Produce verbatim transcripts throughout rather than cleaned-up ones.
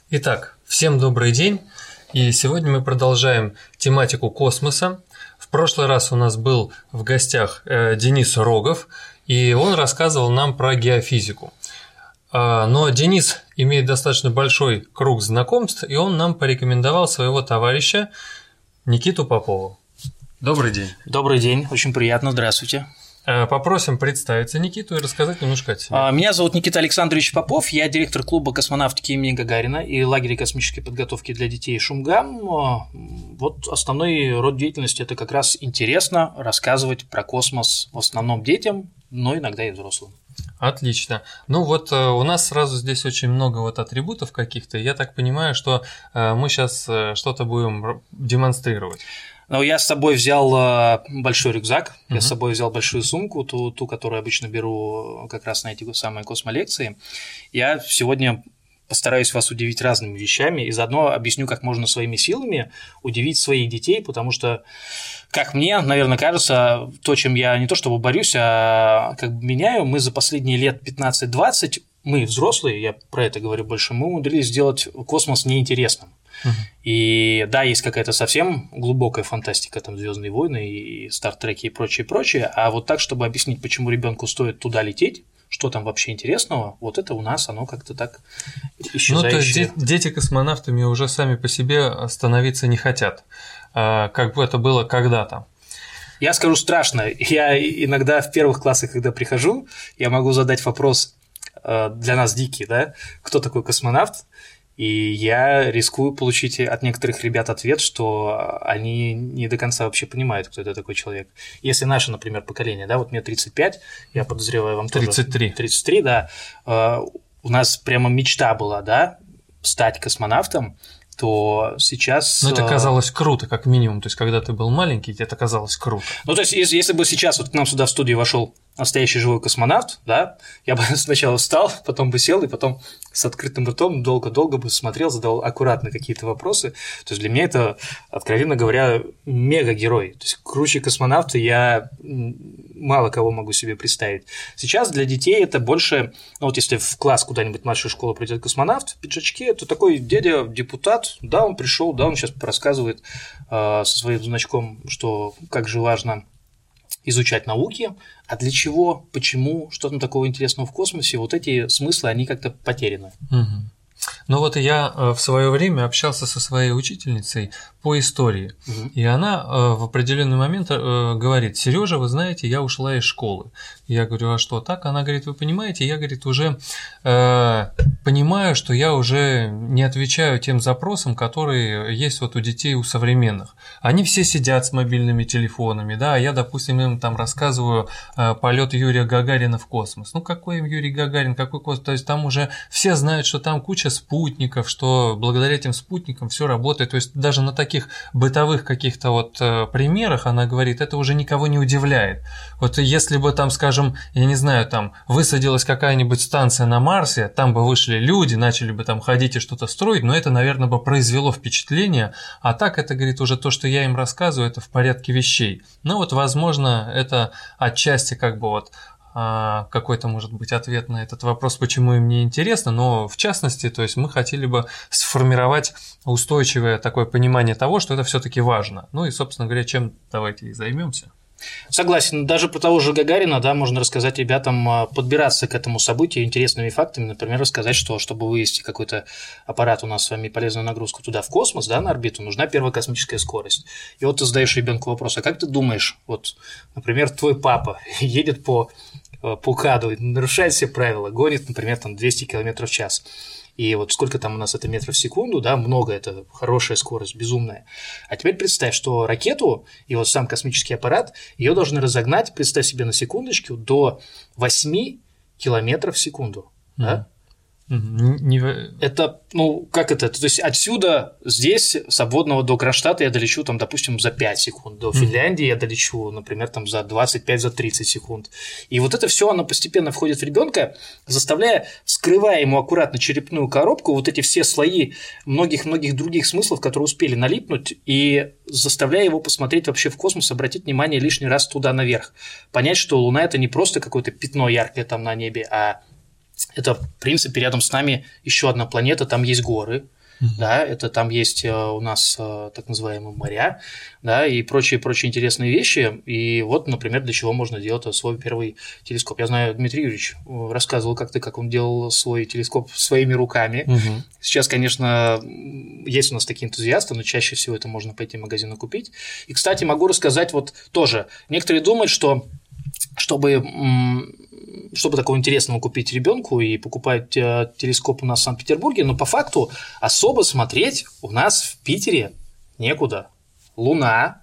Итак, всем добрый день, и сегодня мы продолжаем тематику космоса. В прошлый раз у нас был в гостях э, Денис Рогов, и он рассказывал нам про геофизику. Э, но Денис имеет достаточно большой круг знакомств, и он нам порекомендовал своего товарища Никиту Попова. Добрый день. Добрый день, очень приятно, здравствуйте. Попросим представиться Никиту и рассказать немножко о себе. Меня зовут Никита Александрович Попов, я директор клуба космонавтики имени Гагарина и лагеря космической подготовки для детей «Шумгам». Вот основной род деятельности – это как раз интересно рассказывать про космос в основном детям, но иногда и взрослым. Отлично. Ну вот у нас сразу здесь очень много вот атрибутов каких-то. Я так понимаю, что мы сейчас что-то будем демонстрировать. Но я с собой взял большой рюкзак, uh-huh. я с собой взял большую сумку, ту, ту, которую обычно беру как раз на эти самые космолекции. Я сегодня постараюсь вас удивить разными вещами и заодно объясню, как можно своими силами удивить своих детей, потому что, как мне, наверное, кажется, то, чем я не то чтобы борюсь, а как бы меняю, мы за последние лет пятнадцать-двадцать, мы взрослые, я про это говорю больше, мы умудрились сделать космос неинтересным. Uh-huh. И да, есть какая-то совсем глубокая фантастика, там «Звездные войны» и «Стартреки» и прочее, прочее, а вот так, чтобы объяснить, почему ребенку стоит туда лететь, что там вообще интересного, вот это у нас, оно как-то так исчезающее. Ну, то есть дети космонавтами уже сами по себе становиться не хотят, как бы это было когда-то. Я скажу страшно, я иногда в первых классах, когда прихожу, я могу задать вопрос для нас дикий, да, кто такой космонавт? И я рискую получить от некоторых ребят ответ, что они не до конца вообще понимают, кто это такой человек. Если наше, например, поколение, да, вот мне тридцать пять, я подозреваю, вам тоже… тридцать три. тридцать три, да. У нас прямо мечта была, да, стать космонавтом, то сейчас… Ну, это казалось круто, как минимум. То есть, когда ты был маленький, это казалось круто. Ну, то есть, если, если бы сейчас вот к нам сюда в студию вошел настоящий живой космонавт, да, я бы сначала встал, потом бы сел, и потом с открытым ртом долго-долго бы смотрел, задал аккуратно какие-то вопросы. То есть, для меня это, откровенно говоря, мега-герой. То есть, круче космонавта я мало кого могу себе представить. Сейчас для детей это больше… Ну, вот если в класс куда-нибудь в младшую школу придет космонавт в пиджачке, то такой дядя-депутат, да, он пришел, да, он сейчас рассказывает э, со своим значком, что как же важно изучать науки, а для чего, почему, что там такого интересного в космосе, вот эти смыслы, они как-то потеряны. Угу. Ну вот я в свое время общался со своей учительницей по истории, угу. и она в определенный момент говорит: Сережа, вы знаете, я ушла из школы. Я говорю: а что так? Она говорит: вы понимаете, я, говорит, уже э, понимаю, что я уже не отвечаю тем запросам, которые есть вот у детей, у современных. Они все сидят с мобильными телефонами, да, а я, допустим, им там рассказываю э, полет Юрия Гагарина в космос. Ну какой им Юрий Гагарин, какой космос? То есть там уже все знают, что там куча спутников, что благодаря этим спутникам все работает. То есть даже на таких бытовых каких-то вот э, примерах она говорит, это уже никого не удивляет. Вот если бы там, скажем, я не знаю, там высадилась какая-нибудь станция на Марсе, там бы вышли люди, начали бы там ходить и что-то строить, но это, наверное, бы произвело впечатление, а так это, говорит, уже то, что я им рассказываю, это в порядке вещей. Ну вот, возможно, это отчасти как бы вот какой-то, может быть, ответ на этот вопрос, почему им не интересно, но в частности, то есть мы хотели бы сформировать устойчивое такое понимание того, что это все-таки важно. Ну и, собственно говоря, чем давайте и займемся. Согласен. Даже про того же Гагарина, да, можно рассказать ребятам, подбираться к этому событию интересными фактами, например, рассказать, что чтобы вывести какой-то аппарат у нас с вами полезную нагрузку туда в космос, да, на орбиту, нужна первая космическая скорость. И вот ты задаешь ребенку вопрос: а как ты думаешь, вот, например, твой папа едет по по КАДу, нарушает все правила, гонит, например, там двести километров в час. И вот сколько там у нас это метров в секунду, да, много, это хорошая скорость, безумная. А теперь представь, что ракету и вот сам космический аппарат, ее должны разогнать, представь себе на секундочку, до восемь километров в секунду, mm-hmm. да? Не... Это, ну, как это? То есть отсюда, здесь, с обводного до Кронштадта я долечу, там, допустим, за пять секунд. До Финляндии я долечу, например, там, за двадцать пять, за тридцать секунд. И вот это все, оно постепенно входит в ребенка, заставляя, вскрывая ему аккуратно черепную коробку, вот эти все слои многих-многих других смыслов, которые успели налипнуть, и заставляя его посмотреть вообще в космос, обратить внимание лишний раз туда наверх. Понять, что Луна – это не просто какое-то пятно яркое там на небе, а это, в принципе, рядом с нами еще одна планета, там есть горы, Mm-hmm. Да, это там есть у нас так называемые моря, да, и прочие-прочие интересные вещи. И вот, например, для чего можно делать свой первый телескоп. Я знаю, Дмитрий Юрьевич рассказывал как-то, как он делал свой телескоп своими руками. Mm-hmm. Сейчас, конечно, есть у нас такие энтузиасты, но чаще всего это можно пойти в магазин и купить. И, кстати, могу рассказать вот тоже. Некоторые думают, что чтобы, чтобы такого интересного купить ребенку и покупать телескоп у нас в Санкт-Петербурге, но по факту особо смотреть у нас в Питере некуда. Луна,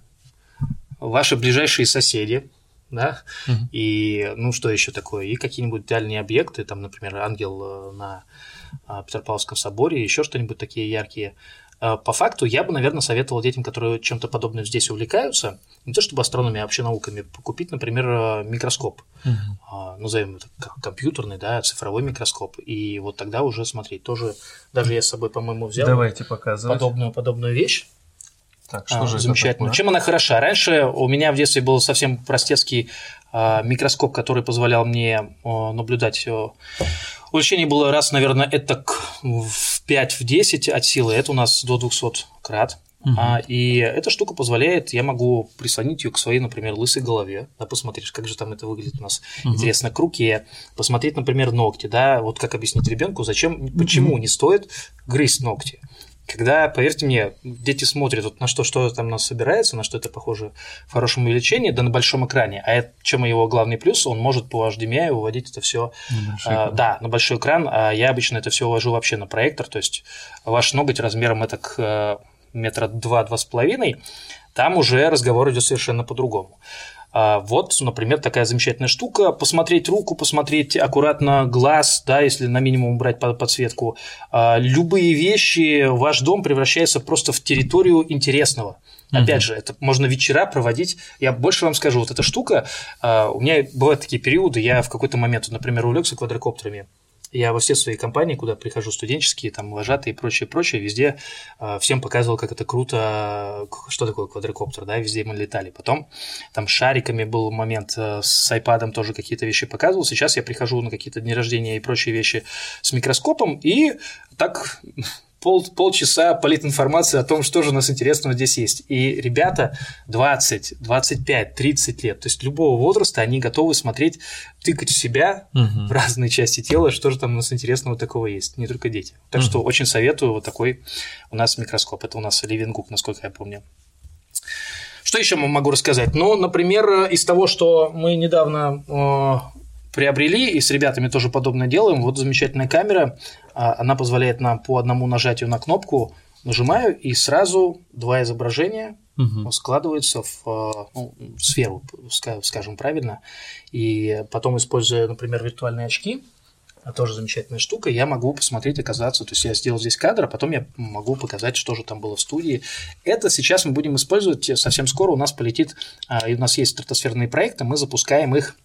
ваши ближайшие соседи, да, угу. И ну что еще такое, и какие-нибудь дальние объекты, там, например, ангел на Петропавловском соборе, еще что-нибудь такие яркие. По факту я бы, наверное, советовал детям, которые чем-то подобным здесь увлекаются, не то чтобы астрономией, а вообще науками, купить, например, микроскоп, uh-huh. назовем это компьютерный, да, цифровой микроскоп, и вот тогда уже смотреть. Тоже, даже я с собой, по-моему, взял Давайте показывать. Подобную, подобную вещь. Так, что а, же замечательно. Чем она хороша? Раньше у меня в детстве был совсем простецкий а, микроскоп, который позволял мне а, наблюдать. Увеличение было раз, наверное, это в пять-десять от силы, это у нас до двухсот крат. Uh-huh. А, и эта штука позволяет, я могу прислонить ее к своей, например, лысой голове, да, посмотреть, как же там это выглядит у нас, uh-huh. интересно, к руке, посмотреть, например, ногти, да, вот как объяснить ребенку, зачем, uh-huh. почему не стоит грызть ногти. Когда, поверьте мне, дети смотрят вот на что, что там у нас собирается, на что это похоже в хорошем увеличении, да на большом экране. А это, чем его главный плюс, он может по эйч ди эм ай выводить это все а, да, на большой экран. А я обычно это все ввожу вообще на проектор. То есть ваш ноготь размером это к метра два-два с половиной, там уже разговор идет совершенно по-другому. Вот, например, такая замечательная штука. Посмотреть руку, посмотреть аккуратно глаз, да, если на минимум убрать подсветку. Любые вещи, ваш дом превращается просто в территорию интересного. Uh-huh. Опять же, это можно вечера проводить. Я больше вам скажу, вот эта штука, у меня бывают такие периоды, я в какой-то момент, например, увлекся квадрокоптерами. Я во все свои компании, куда прихожу, студенческие, там, вожатые и прочее, прочее, везде э, всем показывал, как это круто, что такое квадрокоптер, да, везде мы летали. Потом там с шариками был момент, э, с айпадом тоже какие-то вещи показывал. Сейчас я прихожу на какие-то дни рождения и прочие вещи с микроскопом, и так... Пол, полчаса политинформации о том, что же у нас интересного здесь есть. И ребята двадцать, двадцать пять, тридцать лет, то есть любого возраста, они готовы смотреть, тыкать в себя угу. в разные части тела, что же там у нас интересного такого есть, не только дети. Так угу. что очень советую вот такой у нас микроскоп. Это у нас Leeuwenhoek, насколько я помню. Что еще могу рассказать? Ну, например, из того, что мы недавно... Э, приобрели, и с ребятами тоже подобное делаем. Вот замечательная камера, она позволяет нам по одному нажатию на кнопку, нажимаю, и сразу два изображения угу. складываются в, ну, в сферу, скажем правильно, и потом, используя, например, виртуальные очки, тоже замечательная штука, я могу посмотреть, оказаться, то есть я сделал здесь кадр, а потом я могу показать, что же там было в студии. Это сейчас мы будем использовать, совсем скоро у нас полетит, и у нас есть стратосферные проекты, мы запускаем их.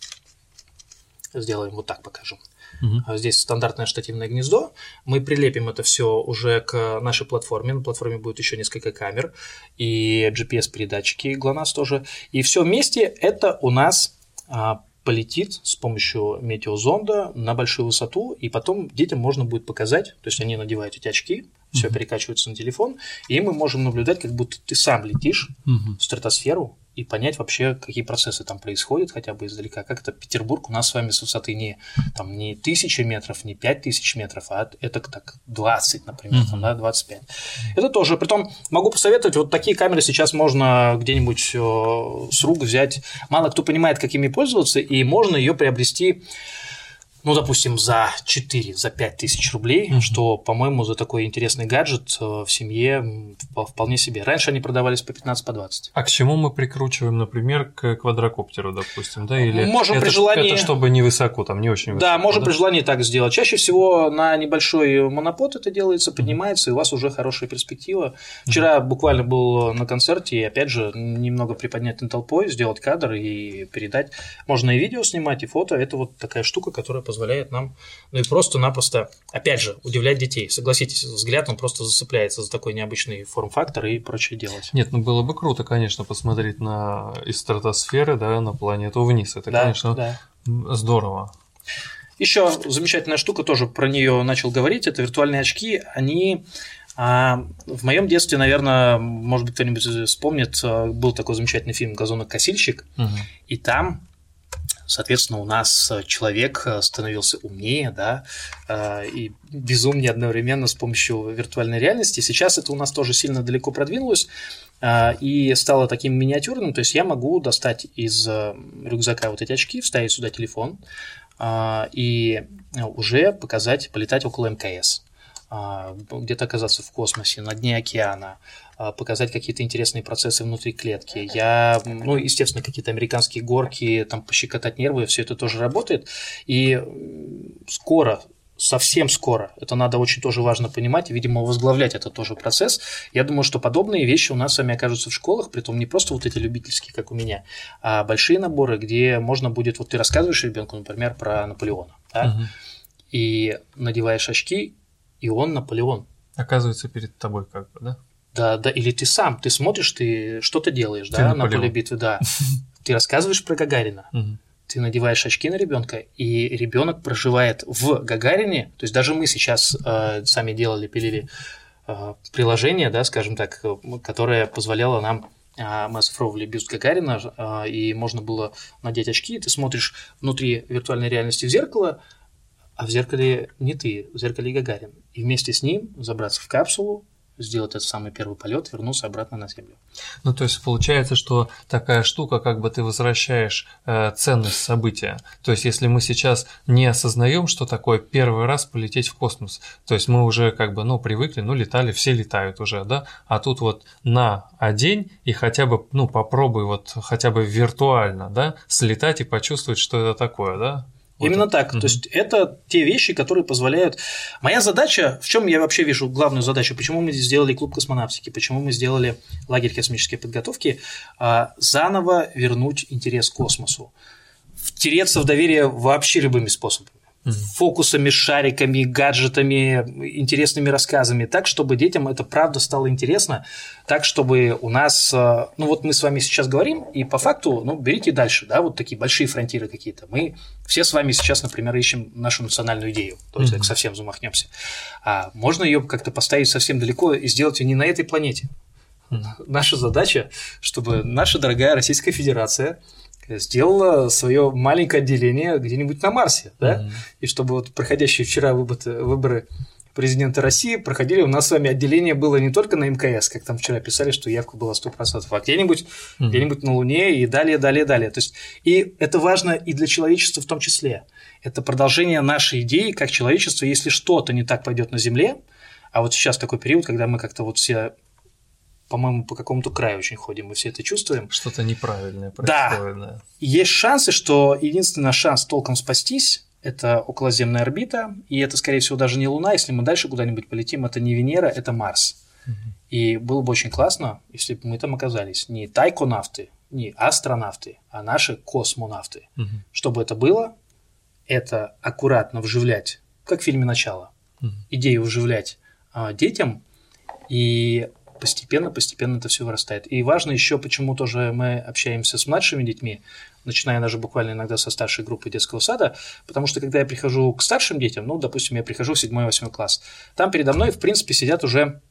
Сделаем вот так, покажем. Uh-huh. Здесь стандартное штативное гнездо. Мы прилепим это все уже к нашей платформе. На платформе будет еще несколько камер и джи пи эс-передатчики ГЛОНАСС тоже. И все вместе это у нас а, полетит с помощью метеозонда на большую высоту, и потом детям можно будет показать, то есть они надевают эти очки, все uh-huh. перекачивается на телефон, и мы можем наблюдать, как будто ты сам летишь uh-huh. в стратосферу, и понять вообще, какие процессы там происходят, хотя бы издалека. Как это Петербург у нас с вами с высоты не, там, не тысячи метров, не пять тысяч метров, а это так двадцать, например, uh-huh. там, да, двадцать пять. Это тоже. Притом могу посоветовать, вот такие камеры сейчас можно где-нибудь э, с рук взять. Мало кто понимает, как ими пользоваться, и можно ее приобрести, ну, допустим, за четыре, за пять тысяч рублей, uh-huh. что, по-моему, за такой интересный гаджет в семье вполне себе. Раньше они продавались по пятнадцать, по двадцать. А к чему мы прикручиваем, например, к квадрокоптеру, допустим, да? Или можем это, при желании... это чтобы не высоко, там не очень высоко. Да, можем да? при желании так сделать. Чаще всего на небольшой монопод это делается, поднимается, и у вас уже хорошая перспектива. Вчера uh-huh. буквально был на концерте, и, опять же, немного приподнять над толпой, сделать кадр и передать. Можно и видео снимать, и фото. Это вот такая штука, которая позволяет нам, ну и просто-напросто, опять же, удивлять детей. Согласитесь, взгляд, он просто зацепляется за такой необычный форм-фактор и прочее делать. Нет, ну было бы круто, конечно, посмотреть на из стратосферы, да, на планету вниз. Это, да, конечно, да. здорово. Еще замечательная штука, тоже про нее начал говорить, это виртуальные очки. Они А в моем детстве, наверное, может быть, кто-нибудь вспомнит, был такой замечательный фильм «Газонокосильщик», угу. И там, соответственно, у нас человек становился умнее, да, и безумнее одновременно с помощью виртуальной реальности. Сейчас это у нас тоже сильно далеко продвинулось и стало таким миниатюрным, то есть я могу достать из рюкзака вот эти очки, вставить сюда телефон и уже показать, полетать около эм ка эс, где-то оказаться в космосе, на дне океана, показать какие-то интересные процессы внутри клетки. Я, ну, естественно, какие-то американские горки, там, пощекотать нервы, все это тоже работает. И скоро, совсем скоро, это надо очень тоже важно понимать, и, видимо, возглавлять этот тоже процесс. Я думаю, что подобные вещи у нас с вами окажутся в школах, притом не просто вот эти любительские, как у меня, а большие наборы, где можно будет, вот ты рассказываешь ребенку, например, про Наполеона, да? Угу. И надеваешь очки, и он Наполеон. Оказывается перед тобой как бы, да? Да, да, или ты сам, ты смотришь, ты что-то делаешь, ты да, Наполеон. На поле битвы, да. Ты рассказываешь про Гагарина, ты надеваешь очки на ребенка, и ребенок проживает в Гагарине. То есть даже мы сейчас э, сами делали, пилили э, приложение, да, скажем так, которое позволяло нам, э, мы оцифровывали бюст Гагарина, э, и можно было надеть очки, ты смотришь внутри виртуальной реальности в зеркало, а в зеркале не ты, в зеркале Гагарин. И вместе с ним забраться в капсулу, сделать этот самый первый полет, вернуться обратно на Землю. Ну, то есть получается, что такая штука, как бы ты возвращаешь э, ценность события. То есть если мы сейчас не осознаем, что такое первый раз полететь в космос, то есть мы уже как бы, ну, привыкли, ну, летали, все летают уже, да, а тут вот на одень и хотя бы, ну, попробуй вот хотя бы виртуально, да, слетать и почувствовать, что это такое, да? Вот Именно это. так. Mm-hmm. То есть это те вещи, которые позволяют. Моя задача, в чем я вообще вижу главную задачу, почему мы сделали клуб космонавтики, почему мы сделали лагерь космической подготовки, заново вернуть интерес к космосу, втереться в доверие вообще любыми способами. Mm-hmm. Фокусами, шариками, гаджетами, интересными рассказами, так, чтобы детям это правда стало интересно, так, чтобы у нас, ну вот мы с вами сейчас говорим, и по факту, ну, берите дальше, да, вот такие большие фронтиры какие-то. Мы все с вами сейчас, например, ищем нашу национальную идею, то есть mm-hmm. совсем замахнемся. А можно ее как-то поставить совсем далеко и сделать ее не на этой планете. Mm-hmm. Наша задача, чтобы наша дорогая Российская Федерация сделала свое маленькое отделение где-нибудь на Марсе, да, mm-hmm. и чтобы вот проходящие вчера выборы, выборы президента России проходили, у нас с вами отделение было не только на эм ка эс, как там вчера писали, что явка была сто процентов, а где-нибудь, mm-hmm. где-нибудь на Луне и далее, далее, далее. То есть, и это важно и для человечества в том числе. Это продолжение нашей идеи как человечество, если что-то не так пойдет на Земле, а вот сейчас такой период, когда мы как-то вот все, по-моему, по какому-то краю очень ходим, мы все это чувствуем. Что-то неправильное происходит. Да, есть шансы, что единственный шанс толком спастись – это околоземная орбита, и это, скорее всего, даже не Луна, если мы дальше куда-нибудь полетим, это не Венера, это Марс. Угу. И было бы очень классно, если бы мы там оказались не тайконавты, не астронавты, а наши космонавты. Угу. Чтобы это было, это аккуратно вживлять, как в фильме «Начало», угу. идею вживлять а, детям, и постепенно-постепенно это все вырастает. И важно еще, почему тоже мы общаемся с младшими детьми, начиная даже буквально иногда со старшей группы детского сада, потому что когда я прихожу к старшим детям, ну, допустим, я прихожу в седьмой-восьмой класс, там передо мной, в принципе, сидят уже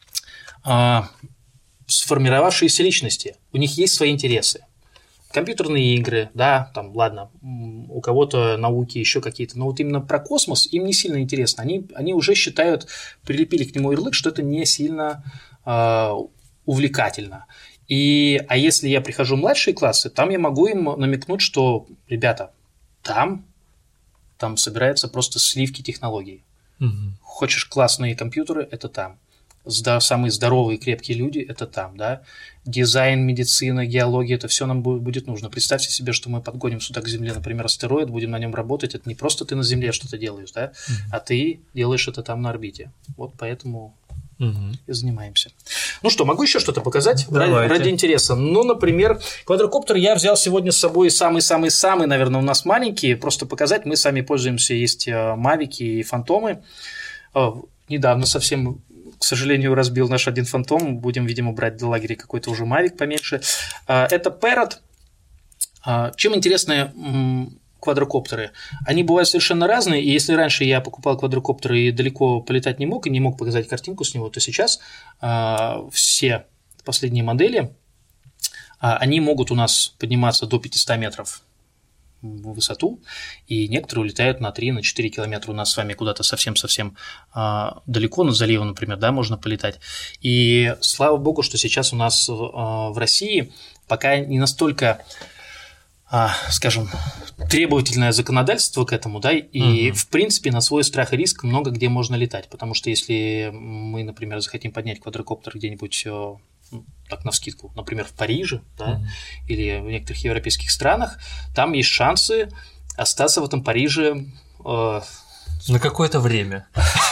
а, сформировавшиеся личности, у них есть свои интересы. Компьютерные игры, да, там, ладно, у кого-то науки, еще какие-то, но вот именно про космос им не сильно интересно. Они, они уже считают, прилепили к нему ярлык, что это не сильно э, увлекательно. И, а если я прихожу в младшие классы, там я могу им намекнуть, что, ребята, там, там собираются просто сливки технологий. Угу. Хочешь классные компьютеры – это там. Самые здоровые, крепкие люди – это там, да. Дизайн, медицина, геология – это все нам будет нужно. Представьте себе, что мы подгоним сюда к Земле, например, астероид, будем на нем работать. Это не просто ты на Земле что-то делаешь, да, mm-hmm. а ты делаешь это там на орбите. Вот поэтому mm-hmm. и занимаемся. Ну что, могу еще что-то показать ради, ради интереса? Ну, например, квадрокоптер я взял сегодня с собой самый-самый-самый, наверное, у нас маленький. Просто показать, мы сами пользуемся, есть мавики и фантомы. Недавно совсем... К сожалению, разбил наш один фантом. Будем, видимо, брать для лагеря какой-то уже мавик поменьше. Это Parrot. Чем интересны квадрокоптеры, они бывают совершенно разные, и если раньше я покупал квадрокоптер и далеко полетать не мог, и не мог показать картинку с него, то сейчас э, все последние модели, э, они могут у нас подниматься до пятьсот метров в высоту, и некоторые улетают на три-четыре километра у нас с вами куда-то совсем-совсем э, далеко, на заливе, например, да, можно полетать. И слава богу, что сейчас у нас э, в России пока не настолько, э, скажем, требовательное законодательство к этому, да, и, угу. в принципе, на свой страх и риск много где можно летать, потому что если мы, например, захотим поднять квадрокоптер где-нибудь, э, так навскидку, например, в Париже, да, mm-hmm. или в некоторых европейских странах, там есть шансы остаться в этом Париже э, на какое-то время.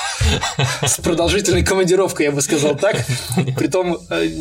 С продолжительной командировкой, я бы сказал так, притом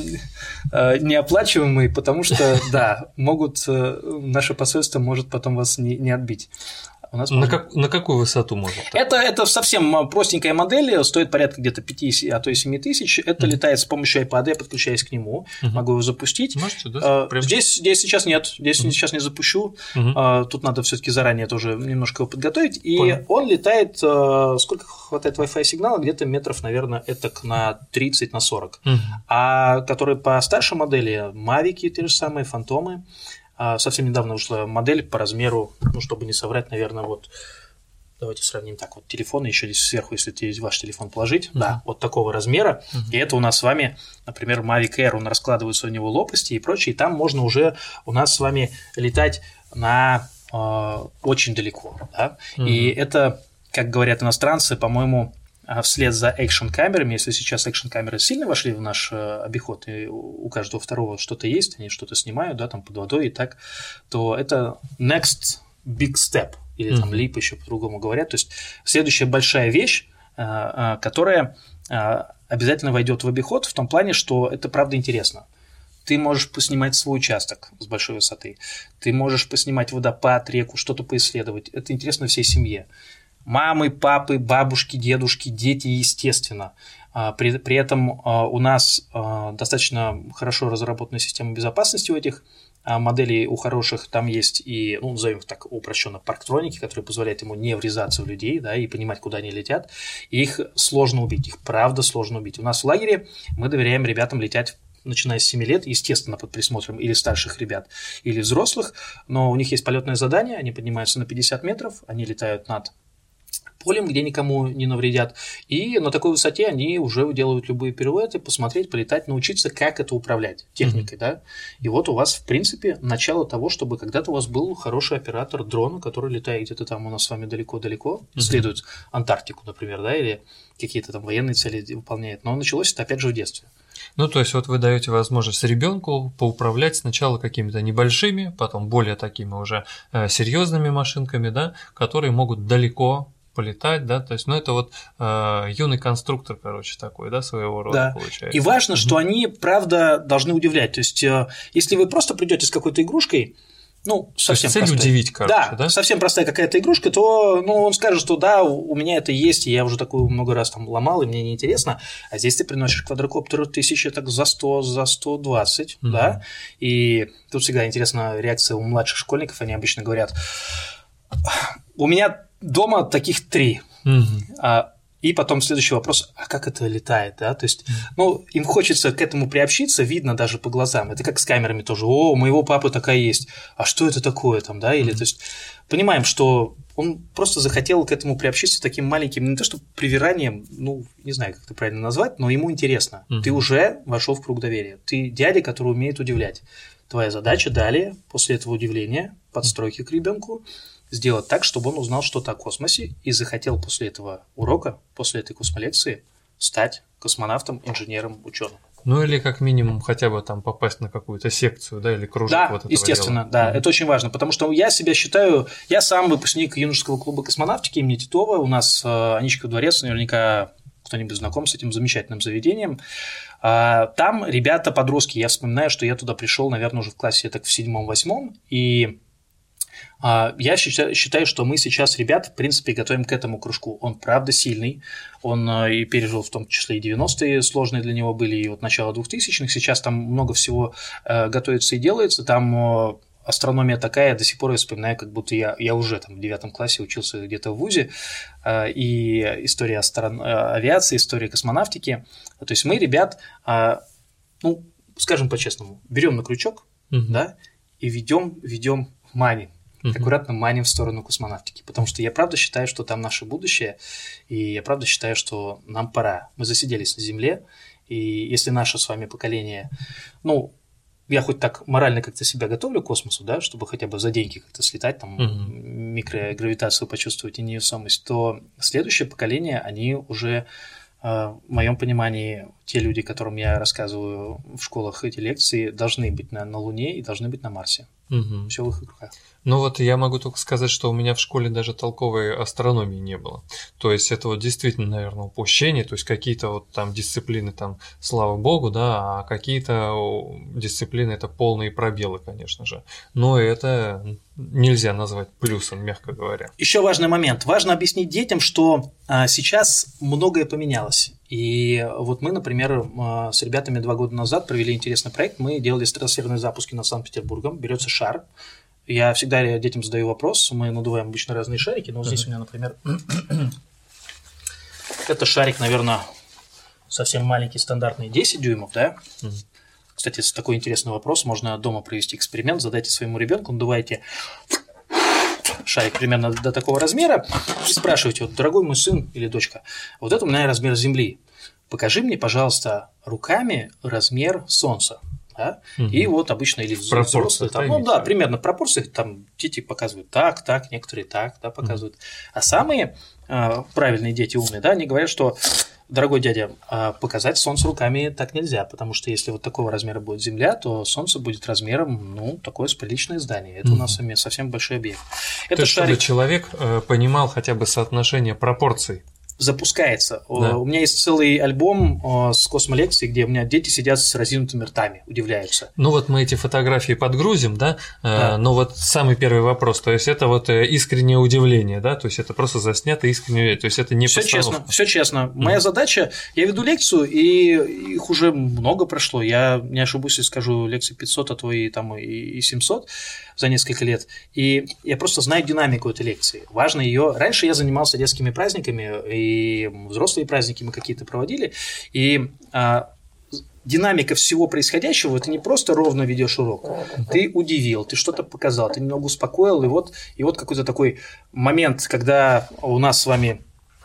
неоплачиваемой, потому что, да, могут, наше посольство может потом вас не отбить. У нас на, можно... как, на какую высоту можно? Это, это совсем простенькая модель, стоит порядка где-то пять, а то и семь тысяч. Это mm-hmm. летает с помощью iPad, я подключаюсь к нему, mm-hmm. могу его запустить. Можете, да? Прям... Здесь, здесь сейчас нет, здесь mm-hmm. сейчас не запущу. Mm-hmm. Тут надо все-таки заранее тоже немножко его подготовить. И Понял. Он летает, сколько хватает Wi-Fi сигнала, где-то метров, наверное, этак на тридцать, на сорок. Mm-hmm. А которые по старшей модели, Мавики, те же самые, Фантомы. Совсем недавно вышла модель по размеру, ну, чтобы не соврать, наверное, вот, давайте сравним так, вот телефон, еще здесь сверху, если ваш телефон положить, uh-huh. да, вот такого размера, uh-huh. и это у нас с вами, например, Mavic Air, он раскладывается у него лопасти и прочее, и там можно уже у нас с вами летать на э, очень далеко, да, uh-huh. и это, как говорят иностранцы, по-моему, вслед за экшн-камерами, если сейчас экшн-камеры сильно вошли в наш э, обиход, и у каждого второго что-то есть, они что-то снимают, да, там под водой и так, то это next big step, или там mm-hmm. leap еще по-другому говорят, то есть следующая большая вещь, э, э, которая э, обязательно войдет в обиход в том плане, что это правда интересно. Ты можешь поснимать свой участок с большой высоты, ты можешь поснимать водопад, реку, что-то поисследовать, это интересно всей семье. Мамы, папы, бабушки, дедушки, дети, естественно. При, при этом у нас достаточно хорошо разработана система безопасности у этих моделей, у хороших. Там есть и, ну, назовем их так упрощенно, парктроники, которые позволяют ему не врезаться в людей, да, и понимать, куда они летят. И их сложно убить, их правда сложно убить. У нас в лагере мы доверяем ребятам лететь начиная с семи лет, естественно, под присмотром или старших ребят, или взрослых, но у них есть полетное задание, они поднимаются на пятьдесят метров, они летают над полем, где никому не навредят, и на такой высоте они уже делают любые пируэты, посмотреть, полетать, научиться, как это управлять техникой, mm-hmm. да, и вот у вас, в принципе, начало того, чтобы когда-то у вас был хороший оператор дрона, который летает где-то там у нас с вами далеко-далеко, mm-hmm. исследует Антарктику, например, да, или какие-то там военные цели выполняет, но началось это, опять же, в детстве. Ну, то есть, вот вы даете возможность ребенку поуправлять сначала какими-то небольшими, потом более такими уже э, серьезными машинками, да, которые могут далеко полетать, да, то есть, ну, это вот э, юный конструктор, короче, такой, да, своего рода, да. получается. И важно, mm-hmm. что они, правда, должны удивлять, то есть, э, если вы просто придете с какой-то игрушкой, ну, совсем цель простая. удивить, короче, да, да? совсем простая какая-то игрушка, то, ну, он скажет, что да, у меня это есть, и я уже такую много раз там ломал, и мне неинтересно, а здесь ты приносишь квадрокоптеру тысячи так за сто, за сто двадцать, mm-hmm. да, и тут всегда интересна реакция у младших школьников, они обычно говорят, у меня дома таких три, mm-hmm. а, и потом следующий вопрос, а как это летает, да, то есть, ну, им хочется к этому приобщиться, видно даже по глазам, это как с камерами тоже, о, у моего папы такая есть, а что это такое там, да, или, mm-hmm. то есть, понимаем, что он просто захотел к этому приобщиться таким маленьким, не то что привиранием, ну, не знаю, как это правильно назвать, но ему интересно, mm-hmm. ты уже вошел в круг доверия, ты дядя, который умеет удивлять, твоя задача далее, после этого удивления, подстройки к ребенку, сделать так, чтобы он узнал что-то о космосе и захотел после этого урока, после этой космолекции стать космонавтом, инженером, ученым. Ну или как минимум хотя бы там попасть на какую-то секцию, да, или кружок. Да, вот этого естественно, дела. да, mm-hmm. это очень важно, потому что я себя считаю, я сам выпускник юношеского клуба космонавтики имени Титова, у нас э, Аничков дворец, наверняка кто-нибудь знаком с этим замечательным заведением. А, там ребята, подростки, я вспоминаю, что я туда пришел, наверное, уже в классе так в седьмом-восьмом, и я считаю, что мы сейчас ребят, в принципе, готовим к этому кружку. Он правда сильный, он и пережил в том числе и девяностые сложные для него были, и вот начало двухтысячных. Сейчас там много всего готовится и делается, там астрономия такая, до сих пор я вспоминаю, как будто я, я уже там в девятом классе учился где-то в вузе, и история астрон... авиации, история космонавтики. То есть мы, ребят, ну, скажем по-честному, берем на крючок, uh-huh. да, и ведем, ведем, маним. Uh-huh. Аккуратно маним в сторону космонавтики, потому что я правда считаю, что там наше будущее, и я правда считаю, что нам пора. Мы засиделись на Земле, и если наше с вами поколение, ну, я хоть так морально как-то себя готовлю к космосу, да, чтобы хотя бы за деньги как-то слетать, там, uh-huh. микрогравитацию почувствовать и невесомость, то следующее поколение, они уже, в моем понимании, те люди, которым я рассказываю в школах эти лекции, должны быть на, на Луне и должны быть на Марсе. Угу. Все в их руках. Ну вот я могу только сказать, что у меня в школе даже толковой астрономии не было. То есть это вот действительно, наверное, упущение, то есть какие-то вот там дисциплины, там, слава богу, да, а какие-то дисциплины это полные пробелы, конечно же. Но это нельзя назвать плюсом, мягко говоря. Еще важный момент. Важно объяснить детям, что а, сейчас многое поменялось. И вот мы, например, с ребятами два года назад провели интересный проект. Мы делали стратосферные запуски над Санкт-Петербургом. Берется шар. Я всегда детям задаю вопрос. Мы надуваем обычно разные шарики. Но вот здесь у меня, например, это шарик, наверное, совсем маленький, стандартный, десять дюймов, да? Кстати, такой интересный вопрос. Можно дома провести эксперимент. Задайте своему ребенку, надувайте шарик примерно до такого размера и спрашиваете: вот, дорогой мой сын или дочка, вот это у меня размер Земли, покажи мне, пожалуйста, руками размер Солнца. Да? Угу. И вот обычно или взрослые, там, ну да, примерно в пропорциях, там дети показывают так, так, некоторые так, да, показывают. Угу. А самые э, правильные дети, умные, да, они говорят, что: дорогой дядя, показать Солнце руками так нельзя, потому что если вот такого размера будет Земля, то Солнце будет размером, ну, такое с приличное здание. Это mm-hmm. у нас совсем большой объект. То есть, шарик... чтобы человек понимал хотя бы соотношение пропорций. Запускается. Да. У меня есть целый альбом с космолекцией, где у меня дети сидят с разинутыми ртами, удивляются. Ну вот мы эти фотографии подгрузим, да? да. Но вот самый первый вопрос, то есть это вот искреннее удивление, да? То есть это просто заснято искреннее удивление, то есть это не всё постановка. Честно, все честно. Mm. Моя задача, я веду лекцию, и их уже много прошло, я не ошибусь, если скажу, лекций пятьсот, а то и, там, и семьсот за несколько лет, и я просто знаю динамику этой лекции. Важно ее. Раньше я занимался детскими праздниками, и взрослые праздники мы какие-то проводили, и а, динамика всего происходящего, это не просто ровно ведешь урок, ты удивил, ты что-то показал, ты немного успокоил, и вот, и вот какой-то такой момент, когда у нас с вами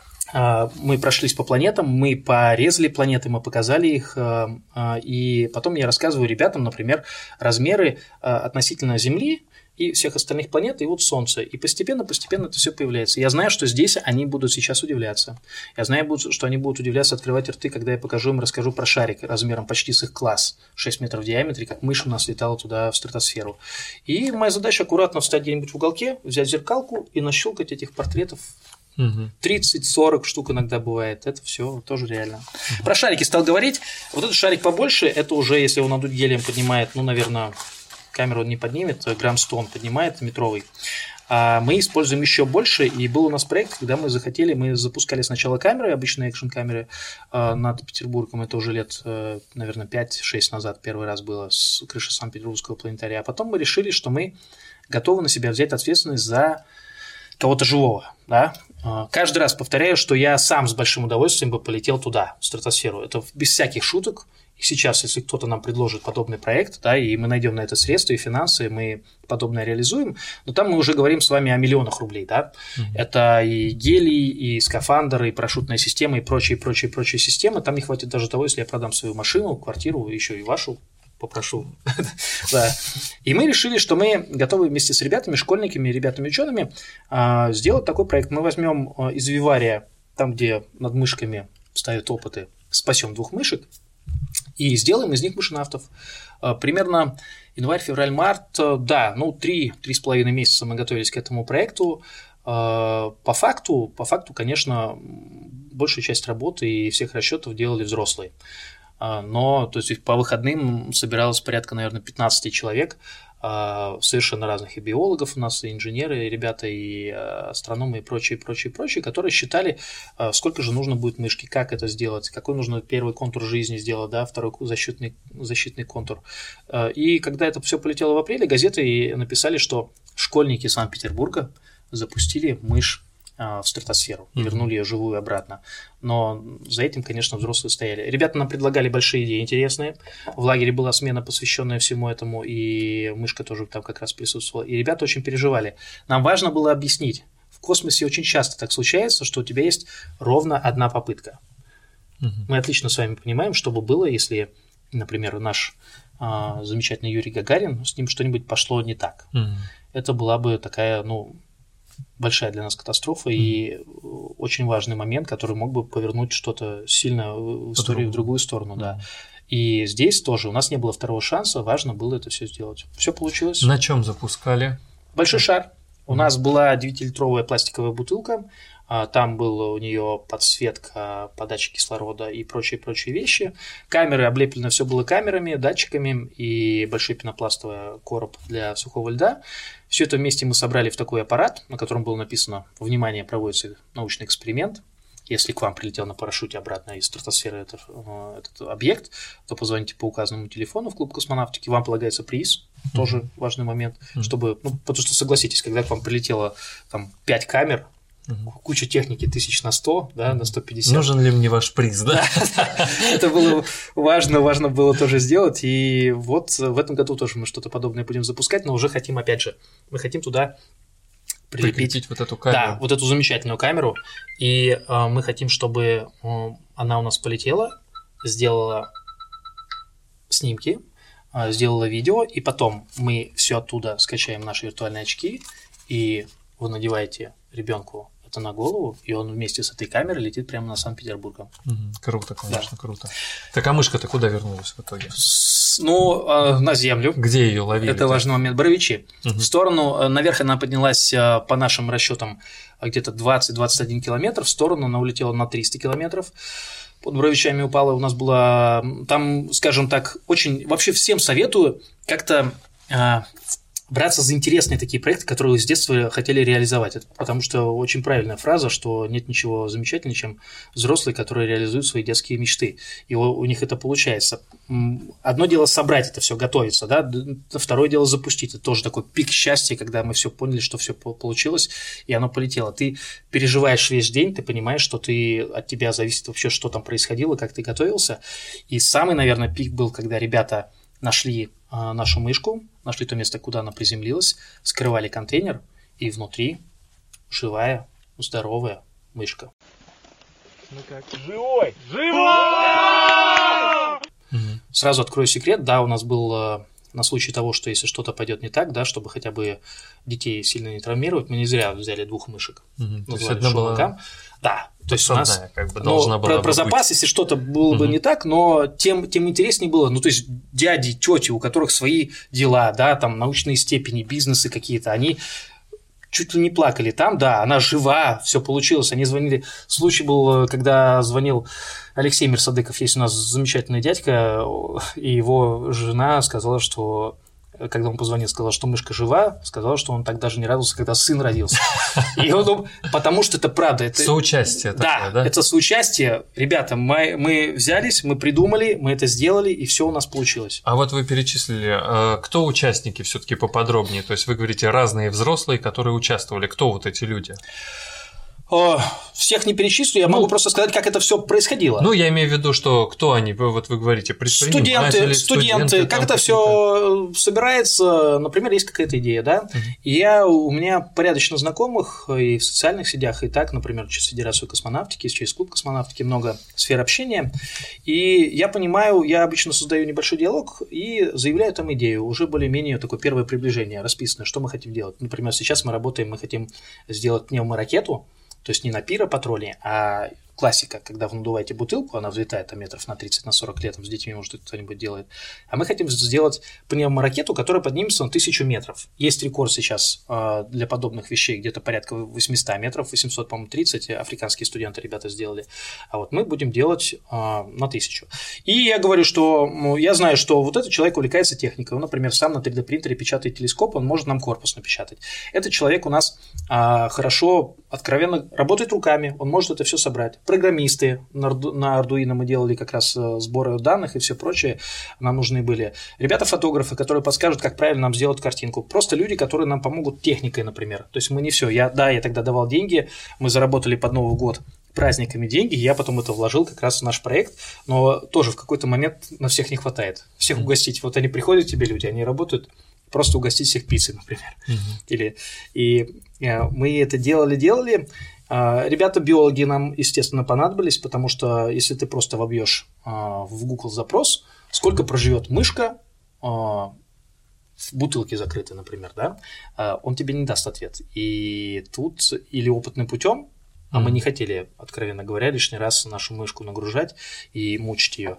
а, мы прошлись по планетам, мы порезали планеты, мы показали их, а, а, и потом я рассказываю ребятам, например, размеры а, относительно Земли и всех остальных планет, и вот Солнце. И постепенно-постепенно это все появляется. Я знаю, что здесь они будут сейчас удивляться. Я знаю, что они будут удивляться, открывать рты, когда я покажу им, расскажу про шарик размером почти с их класс, шесть метров в диаметре, как мышь у нас летала туда в стратосферу. И моя задача аккуратно встать где-нибудь в уголке, взять зеркалку и нащелкать этих портретов. тридцать-сорок штук иногда бывает. Это все тоже реально. Угу. Про шарики стал говорить. Вот этот шарик побольше, это уже, если он надуть гелием поднимает, ну, наверное, камеру он не поднимет, грамм сто он поднимает, метровый. А мы используем еще больше, и был у нас проект, когда мы захотели, мы запускали сначала камеры, обычные экшн-камеры над Петербургом, это уже лет, наверное, пять-шесть назад первый раз было с крыши Санкт-Петербургского планетария, а потом мы решили, что мы готовы на себя взять ответственность за кого-то живого, да. Каждый раз повторяю, что я сам с большим удовольствием бы полетел туда, в стратосферу. Это без всяких шуток. И сейчас, если кто-то нам предложит подобный проект, да, и мы найдем на это средства и финансы, мы подобное реализуем, но там мы уже говорим с вами о миллионах рублей, да. Mm-hmm. Это и гелий, и скафандр, и парашютная система, и прочие, прочие, прочие системы. Там не хватит даже того, если я продам свою машину, квартиру, еще и вашу попрошу. Да. И мы решили, что мы готовы вместе с ребятами, школьниками, ребятами-учеными сделать такой проект. Мы возьмем из вивария, там, где над мышками ставят опыты, спасем двух мышек, и сделаем из них мышонавтов. Примерно январь, февраль, март, да, ну, три-три с половиной месяца мы готовились к этому проекту. По факту, по факту, конечно, большую часть работы и всех расчетов делали взрослые. Но, то есть, по выходным собиралось порядка, наверное, пятнадцать человек. совершенно разных и биологов у нас, и инженеры, и ребята, и астрономы, и прочие, прочие, прочие, которые считали, сколько же нужно будет мышки, как это сделать, какой нужно первый контур жизни сделать, да, второй защитный, защитный контур. И когда это все полетело в апреле, газеты написали, что школьники Санкт-Петербурга запустили мышь в стратосферу и вернули ее живую обратно. Но за этим, конечно, взрослые стояли. Ребята нам предлагали большие идеи интересные. В лагере была смена, посвященная всему этому, и мышка тоже там как раз присутствовала. И ребята очень переживали. Нам важно было объяснить. В космосе очень часто так случается, что у тебя есть ровно одна попытка. Угу. Мы отлично с вами понимаем, что бы было, если, например, наш а, замечательный Юрий Гагарин, с ним что-нибудь пошло не так. Угу. Это была бы такая, ну, большая для нас катастрофа mm. и очень важный момент, который мог бы повернуть что-то сильно в историю в другую сторону, mm. да. И здесь тоже у нас не было второго шанса, важно было это все сделать. Все получилось. На чем запускали? Большой шар. Mm. У нас была девятилитровая пластиковая бутылка, там была у нее подсветка, подача кислорода и прочие-прочие вещи. Камеры, облеплено все было камерами, датчиками и большой пенопластовый короб для сухого льда. Все это вместе мы собрали в такой аппарат, на котором было написано: «Внимание, проводится научный эксперимент. Если к вам прилетел на парашюте обратно из стратосферы этот, этот объект, то позвоните по указанному телефону в клуб космонавтики, вам полагается приз». Mm-hmm. Тоже важный момент, mm-hmm. чтобы, ну, потому что, согласитесь, когда к вам прилетело там пять камер, угу. куча техники тысяч на сто, да, на сто пятьдесят. Нужен ли мне ваш приз, да? Это было важно, важно было тоже сделать, и вот в этом году тоже мы что-то подобное будем запускать, но уже хотим, опять же, мы хотим туда прилепить, прикрепить вот эту камеру. Да, вот эту замечательную камеру, и э, мы хотим, чтобы э, она у нас полетела, сделала снимки, э, сделала видео, и потом мы все оттуда скачаем в наши виртуальные очки, и вы надеваете ребенку это на голову, и он вместе с этой камерой летит прямо над Санкт-Петербургом. Угу, круто, конечно, да. Круто. Так, а мышка-то куда вернулась в итоге? С, ну, э, на землю. Где ее ловили? Это важный момент. Боровичи. Угу. В сторону, наверх она поднялась, по нашим расчетам, где-то двадцать-двадцать один километр, в сторону она улетела на триста километров. Под Боровичами упала, у нас была, там, скажем так, очень, вообще всем советую как-то э, браться за интересные такие проекты, которые вы с детства хотели реализовать. Это потому что очень правильная фраза, что нет ничего замечательнее, чем взрослые, которые реализуют свои детские мечты. И у, у них это получается. Одно дело собрать это все, готовиться, да, второе дело запустить. Это тоже такой пик счастья, когда мы все поняли, что все получилось, и оно полетело. Ты переживаешь весь день, ты понимаешь, что ты, от тебя зависит вообще, что там происходило, как ты готовился. И самый, наверное, пик был, когда ребята нашли а, нашу мышку, нашли то место, куда она приземлилась, скрывали контейнер, и внутри живая, здоровая мышка. Ну как? Живой! Живой! Mm-hmm. Сразу открою секрет, да, у нас был а, на случай того, что если что-то пойдет не так, да, чтобы хотя бы детей сильно не травмировать, мы не зря взяли двух мышек. Mm-hmm. Назвали шелокам. Была... Да, то есть у нас как бы, ну, про, про запас, если что-то было угу. бы не так, но тем, тем интереснее было, ну, то есть дяди, тети, у которых свои дела, да, там научные степени, бизнесы какие-то, они чуть ли не плакали там, да, она жива, все получилось, они звонили, случай был, когда звонил Алексей Мерсадыков, есть у нас замечательный дядька, и его жена сказала, что... Когда он позвонил, сказал, что мышка жива, сказал, что он так даже не радовался, когда сын родился. И он, потому что это правда. Это, соучастие да, такое, да? Это соучастие. Ребята, мы, мы взялись, мы придумали, мы это сделали, и все у нас получилось. А вот вы перечислили, кто участники все-таки поподробнее? То есть вы говорите, разные взрослые, которые участвовали. Кто вот эти люди? Всех не перечислю, я ну, могу просто сказать, как это все происходило. Ну, я имею в виду, что кто они, вот вы говорите, предприниматели, студенты, студенты, студенты как это все собирается, например, есть какая-то идея, да, uh-huh. и я, у меня порядочно знакомых и в социальных сетях, и так, например, через Федерацию космонавтики, через клуб космонавтики много сфер общения, и я понимаю, я обычно создаю небольшой диалог и заявляю там идею, уже более-менее такое первое приближение, расписанное, что мы хотим делать. Например, сейчас мы работаем, мы хотим сделать пневморакету, то есть не на пиропатруле, а классика, когда вы надуваете бутылку, она взлетает там метров на тридцать, на сорок летом, с детьми, может, кто-нибудь делает. А мы хотим сделать пневморакету, которая поднимется на тысячу метров. Есть рекорд сейчас э, для подобных вещей, где-то порядка восемьсот метров, восемьсот, по-моему, тридцать, африканские студенты, ребята, сделали. А вот мы будем делать э, на тысячу. И я говорю, что ну, я знаю, что вот этот человек увлекается техникой. Он, например, сам на три дэ принтере печатает телескоп, он может нам корпус напечатать. Этот человек у нас э, хорошо, откровенно работает руками, он может это все собрать. Программисты, на Arduino мы делали как раз сборы данных и все прочее, нам нужны были. Ребята-фотографы, которые подскажут, как правильно нам сделать картинку. Просто люди, которые нам помогут техникой, например. То есть мы не все. Я, да, я тогда давал деньги, мы заработали под Новый год праздниками деньги, я потом это вложил как раз в наш проект, но тоже в какой-то момент на всех не хватает. Всех угостить. Вот они приходят к тебе, люди, они работают, просто угостить всех пиццей, например. Mm-hmm. Или, и мы это делали-делали. Ребята-биологи нам, естественно, понадобились, потому что если ты просто вобьешь в Google запрос, сколько проживет мышка в бутылке закрытой, например, да, он тебе не даст ответ. И тут или опытным путем, а мы не хотели, откровенно говоря, лишний раз нашу мышку нагружать и мучить ее,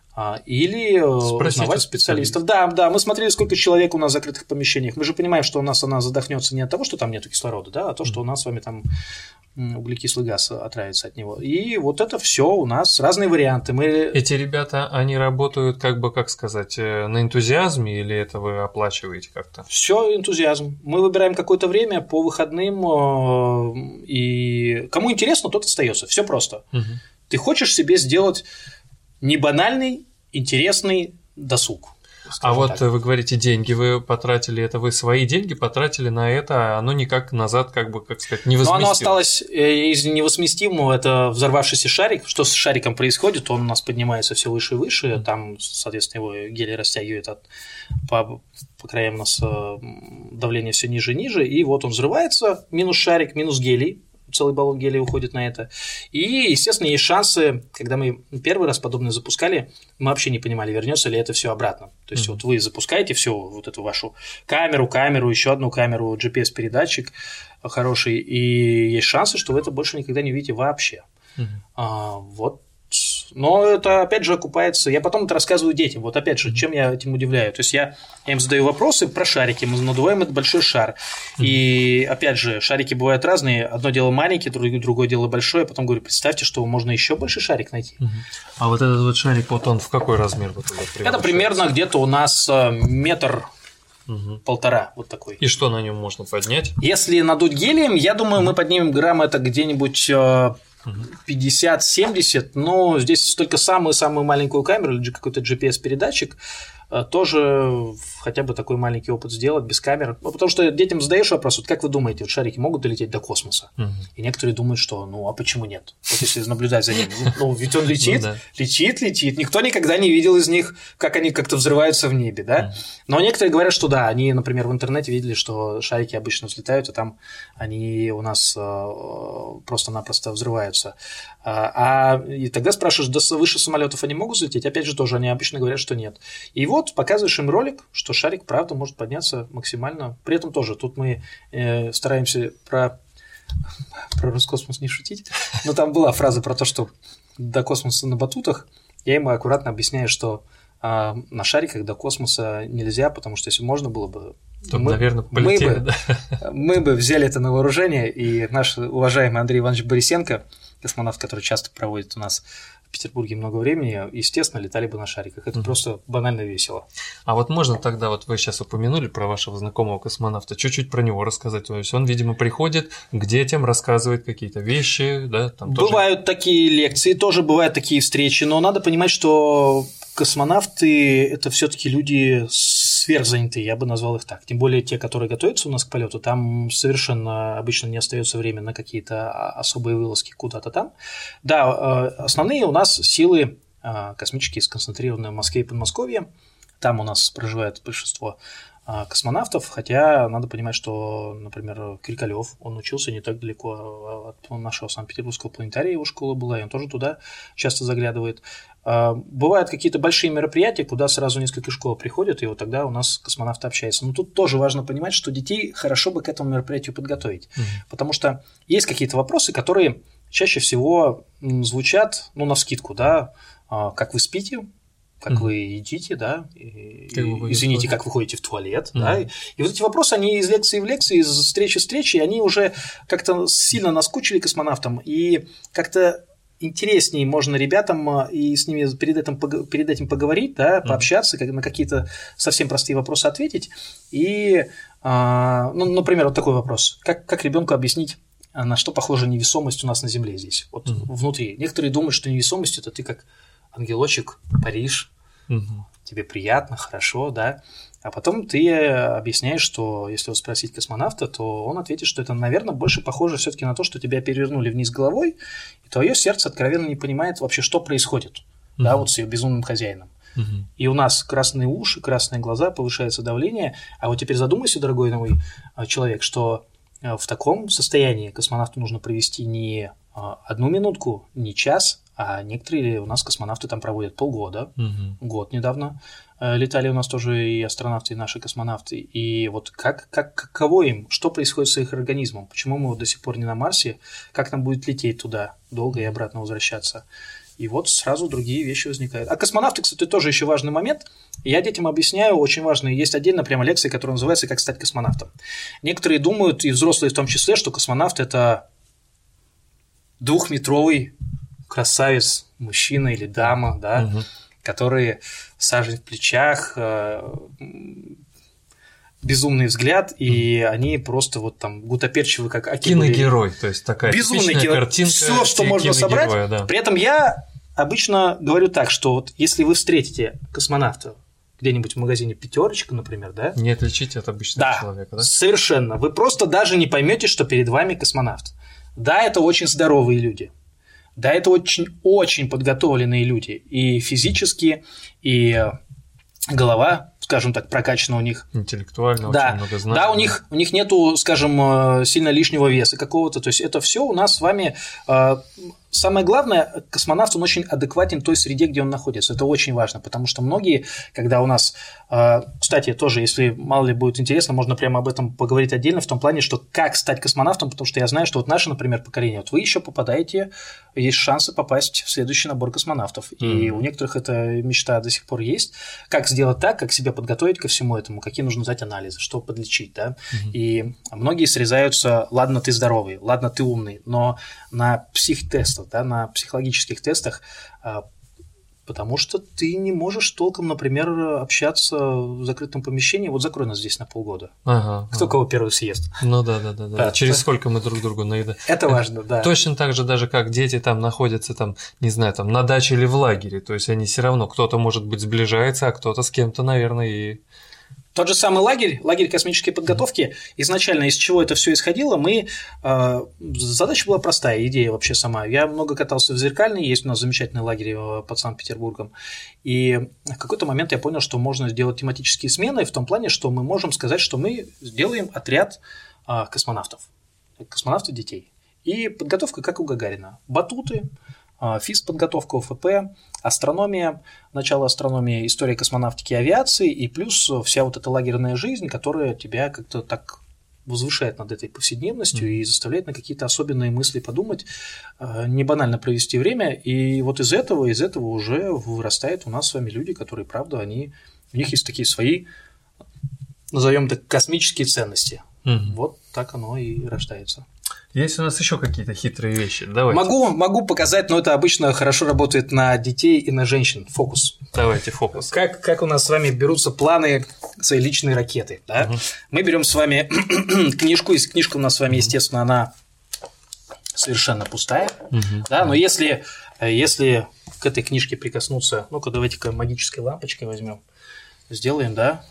или спросить узнавать специалистов. Да, да, мы смотрели, сколько человек у нас в закрытых помещениях. Мы же понимаем, что у нас она задохнется не от того, что там нету кислорода, да, а то, что у нас с вами там углекислый газ отравится от него. И вот это все у нас разные варианты. Мы... Эти ребята, они работают, как бы, как сказать, на энтузиазме, или это вы оплачиваете как-то? Все энтузиазм. Мы выбираем какое-то время по выходным, и кому интересно, тот остается. Все просто. Угу. Ты хочешь себе сделать не банальный, интересный досуг. А вот так. Вы говорите, деньги вы потратили, это вы свои деньги потратили на это, а оно никак назад, как бы, как сказать, не возместилось. Но оно осталось из невозместимого, это взорвавшийся шарик. Что с шариком происходит? Он у нас поднимается все выше и выше, mm-hmm. там, соответственно, его гелий растягивает от, по, по краям у нас давление все ниже и ниже, и вот он взрывается, минус шарик, минус гелий. Целый баллон гелия уходит на это. И, естественно, есть шансы, когда мы первый раз подобное запускали, мы вообще не понимали, вернется ли это все обратно. То есть, mm-hmm. вот вы запускаете все, вот эту вашу камеру, камеру, еще одну камеру, джи пи эс-передатчик хороший, и есть шансы, что вы это больше никогда не увидите вообще. Mm-hmm. А, вот. Но это, опять же, окупается. Я потом это рассказываю детям. Вот, опять же, чем я этим удивляю. То есть, я, я им задаю вопросы про шарики. Мы надуваем этот большой шар. И, опять же, шарики бывают разные. Одно дело маленький, другое дело большое. Потом говорю, представьте, что можно еще больше шарик найти. А вот этот вот шарик, вот он в какой размер? Вот это примерно где-то у нас метр... Угу. Полтора, вот такой. И что на нем можно поднять? Если надуть гелием, я думаю, мы поднимем грамм это где-нибудь пятьдесят-семьдесят, но здесь только самую-самую маленькую камеру или какой-то джи пи эс-передатчик, тоже хотя бы такой маленький опыт сделать без камер. Ну, потому что детям задаешь вопрос, вот как вы думаете, вот шарики могут долететь до космоса? Uh-huh. И некоторые думают, что ну а почему нет? Вот если наблюдать за ними. Ну, ведь он летит, ну, да. летит, летит. Никто никогда не видел из них, как они как-то взрываются в небе, да? Uh-huh. Но некоторые говорят, что да, они, например, в интернете видели, что шарики обычно взлетают, а там они у нас просто-напросто взрываются. А и тогда спрашиваешь, да выше самолетов они могут взлететь? Опять же, тоже они обычно говорят, что нет. И вот показываешь им ролик, что шарик, правда, может подняться максимально. При этом тоже тут мы э, стараемся про, про Роскосмос не шутить, но там была фраза про то, что до космоса на батутах. Я ему аккуратно объясняю, что э, на шариках до космоса нельзя, потому что если можно было бы, то, мы, наверное, полетели, мы, бы, да? мы бы взяли это на вооружение, и наш уважаемый Андрей Иванович Борисенко, космонавт, который часто проводит у нас в Петербурге много времени, естественно, летали бы на шариках. Это mm-hmm. просто банально весело. А вот можно тогда, вот вы сейчас упомянули про вашего знакомого космонавта, чуть-чуть про него рассказать. То есть он, видимо, приходит к детям, рассказывает какие-то вещи, да? Там бывают тоже... такие лекции, тоже бывают такие встречи, но надо понимать, что космонавты – это все-таки люди сверхзанятые, я бы назвал их так. Тем более те, которые готовятся у нас к полету, там совершенно обычно не остается времени на какие-то особые вылазки куда-то там. Да, основные у нас силы космические сконцентрированы в Москве и Подмосковье. Там у нас проживает большинство космонавтов, хотя надо понимать, что, например, Крикалёв, он учился не так далеко от нашего Санкт-Петербургского планетария, его школа была, и он тоже туда часто заглядывает. Бывают какие-то большие мероприятия, куда сразу несколько школ приходят, и вот тогда у нас космонавты общаются. Но тут тоже важно понимать, что детей хорошо бы к этому мероприятию подготовить, mm-hmm. потому что есть какие-то вопросы, которые чаще всего звучат, ну, навскидку, да, как вы спите, как mm-hmm. вы едите, да, и, как вы извините, как вы ходите в туалет, mm-hmm. да, и, и вот эти вопросы, они из лекции в лекции, из встречи в встречи, они уже как-то сильно наскучили космонавтам, и как-то интереснее можно ребятам и с ними перед этим, перед этим поговорить, да, пообщаться, как, на какие-то совсем простые вопросы ответить, и, а, ну, например, вот такой вопрос, как, как ребенку объяснить, на что похожа невесомость у нас на Земле здесь, вот mm-hmm. внутри. Некоторые думают, что невесомость – это ты как ангелочек, паришь, угу. тебе приятно, хорошо, да, а потом ты объясняешь, что если вот спросить космонавта, то он ответит, что это, наверное, больше похоже все-таки на то, что тебя перевернули вниз головой, и твое сердце откровенно не понимает вообще, что происходит, угу. да, вот с ее безумным хозяином. Угу. И у нас красные уши, красные глаза, повышается давление, а вот теперь задумайся, дорогой мой человек, что в таком состоянии космонавту нужно провести не одну минутку, не час, а некоторые у нас космонавты там проводят полгода, угу. год недавно летали у нас тоже и астронавты, и наши космонавты. И вот как, как, каково им, что происходит с их организмом, почему мы вот до сих пор не на Марсе, как нам будет лететь туда долго и обратно возвращаться. И вот сразу другие вещи возникают. А космонавты, кстати, тоже еще важный момент. Я детям объясняю, очень важно. Есть отдельно прямо лекция, которая называется «Как стать космонавтом». Некоторые думают, и взрослые в том числе, что космонавт – это двухметровый красавец, мужчина или дама, да, угу. которые сажень в плечах, э, безумный взгляд, и угу. они просто вот там гутоперчивы, как аки. Киногерой, то есть такая безумная кино... картинка. Все, что можно собрать. Да. При этом я обычно говорю так, что вот если вы встретите космонавта где-нибудь в магазине «Пятерочка», например, да? Не отличите от обычного да, человека, да? Совершенно. Вы просто даже не поймете, что перед вами космонавт. Да, это очень здоровые люди. Да, это очень-очень подготовленные люди. И физически, и голова, скажем так, прокачана у них. Интеллектуально да. очень много знаний. Да, у них, у них нету, скажем, сильно лишнего веса какого-то. То есть это все у нас с вами... Самое главное, космонавт, он очень адекватен той среде, где он находится. Это очень важно, потому что многие, когда у нас... Кстати, тоже, если мало ли будет интересно, можно прямо об этом поговорить отдельно, в том плане, что как стать космонавтом, потому что я знаю, что вот наше, например, поколение, вот вы еще попадаете, есть шансы попасть в следующий набор космонавтов. Mm-hmm. И у некоторых эта мечта до сих пор есть. Как сделать так, как себя подготовить ко всему этому, какие нужно сдать анализы, что подлечить, да. Mm-hmm. И многие срезаются, ладно, ты здоровый, ладно, ты умный, но на психтестах, да, на психологических тестах, потому что ты не можешь толком, например, общаться в закрытом помещении. Вот закрой нас здесь на полгода. Ага, Кто ага. кого первый съест? Ну да, да, да. да. да. Через сколько мы друг другу наедаем. Это важно, да. Точно так же даже как дети там находятся, там, не знаю, там на даче или в лагере. То есть они все равно, кто-то, может быть, сближается, а кто-то с кем-то, наверное, и... Тот же самый лагерь, лагерь космической подготовки, изначально из чего это все исходило, мы, э, задача была простая, идея вообще сама. Я много катался в Зеркальной, есть у нас замечательный лагерь под Санкт-Петербургом, и в какой-то момент я понял, что можно сделать тематические смены в том плане, что мы можем сказать, что мы сделаем отряд э, космонавтов, космонавтов детей. И подготовка, как у Гагарина, батуты, физподготовка, ОФП, астрономия, начало астрономии, история космонавтики и авиации, и плюс вся вот эта лагерная жизнь, которая тебя как-то так возвышает над этой повседневностью mm-hmm. и заставляет на какие-то особенные мысли подумать, не банально провести время, и вот из этого, из этого уже вырастают у нас с вами люди, которые, правда, они, у них есть такие свои, назовем так, космические ценности. Mm-hmm. Вот так оно и рождается. Есть у нас еще какие-то хитрые вещи. Давайте. Могу, могу показать, но это обычно хорошо работает на детей и на женщин. Фокус. Давайте фокус. Как, как у нас с вами берутся планы своей личной ракеты. Да? Угу. Мы берем с вами книжку, и книжка у нас с вами, естественно, она совершенно пустая. Угу. Да? Но если, если к этой книжке прикоснуться, ну-ка давайте-ка магической лампочкой возьмем, сделаем, да,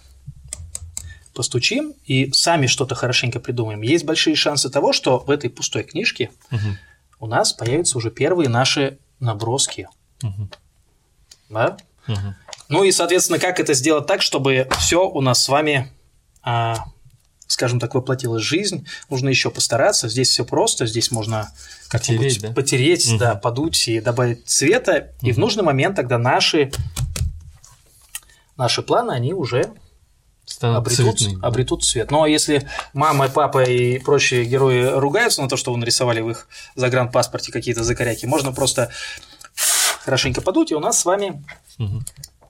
постучим и сами что-то хорошенько придумаем. Есть большие шансы того, что в этой пустой книжке угу. у нас появятся уже первые наши наброски. Угу. Да? Угу. Ну и, соответственно, как это сделать так, чтобы все у нас с вами, а, скажем так, воплотилась в жизнь. Нужно еще постараться. Здесь все просто. Здесь можно как-нибудь потереть, да? потереть угу. да, подуть и добавить цвета. Угу. И в нужный момент тогда наши, наши планы, они уже обретут, обретут цвет. Но если мама, папа и прочие герои ругаются на то, что вы нарисовали в их загранпаспорте какие-то закоряки, можно просто хорошенько подуть, и у нас с вами… Угу.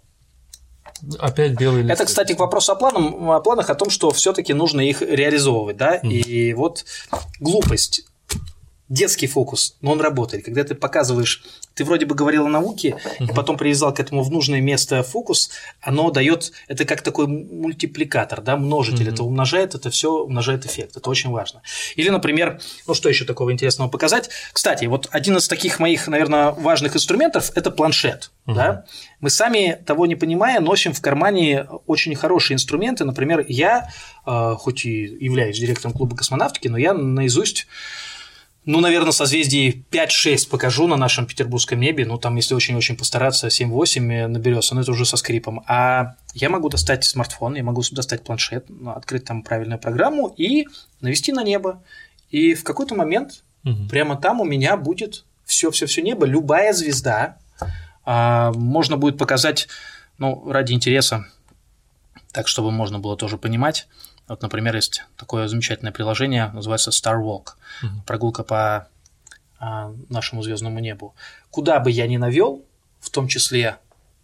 Опять белый лист. Это, кстати, к вопросу о, планам, о планах, о том, что все-таки нужно их реализовывать, да, угу. И вот глупость. Детский фокус, но он работает. Когда ты показываешь, ты вроде бы говорил о науке, uh-huh. и потом привязал к этому в нужное место фокус, оно дает, это как такой мультипликатор, да, множитель, uh-huh. это умножает, это все умножает эффект, это очень важно. Или, например, ну что еще такого интересного показать? Кстати, вот один из таких моих, наверное, важных инструментов – это планшет. Uh-huh. Да? Мы сами, того не понимая, носим в кармане очень хорошие инструменты. Например, я, хоть и являюсь директором клуба космонавтики, но я наизусть… Ну, наверное, созвездий пять-шесть покажу на нашем петербургском небе. Ну, там, если очень-очень постараться, семь-восемь наберется, но это уже со скрипом. А я могу достать смартфон, я могу достать планшет, открыть там правильную программу и навести на небо. И в какой-то момент угу. прямо там у меня будет все-все-все небо, любая звезда. А, можно будет показать, ну, ради интереса, так, чтобы можно было тоже понимать. Вот, например, есть такое замечательное приложение, называется Star Walk, uh-huh. прогулка по а, нашему звездному небу. Куда бы я ни навел, в том числе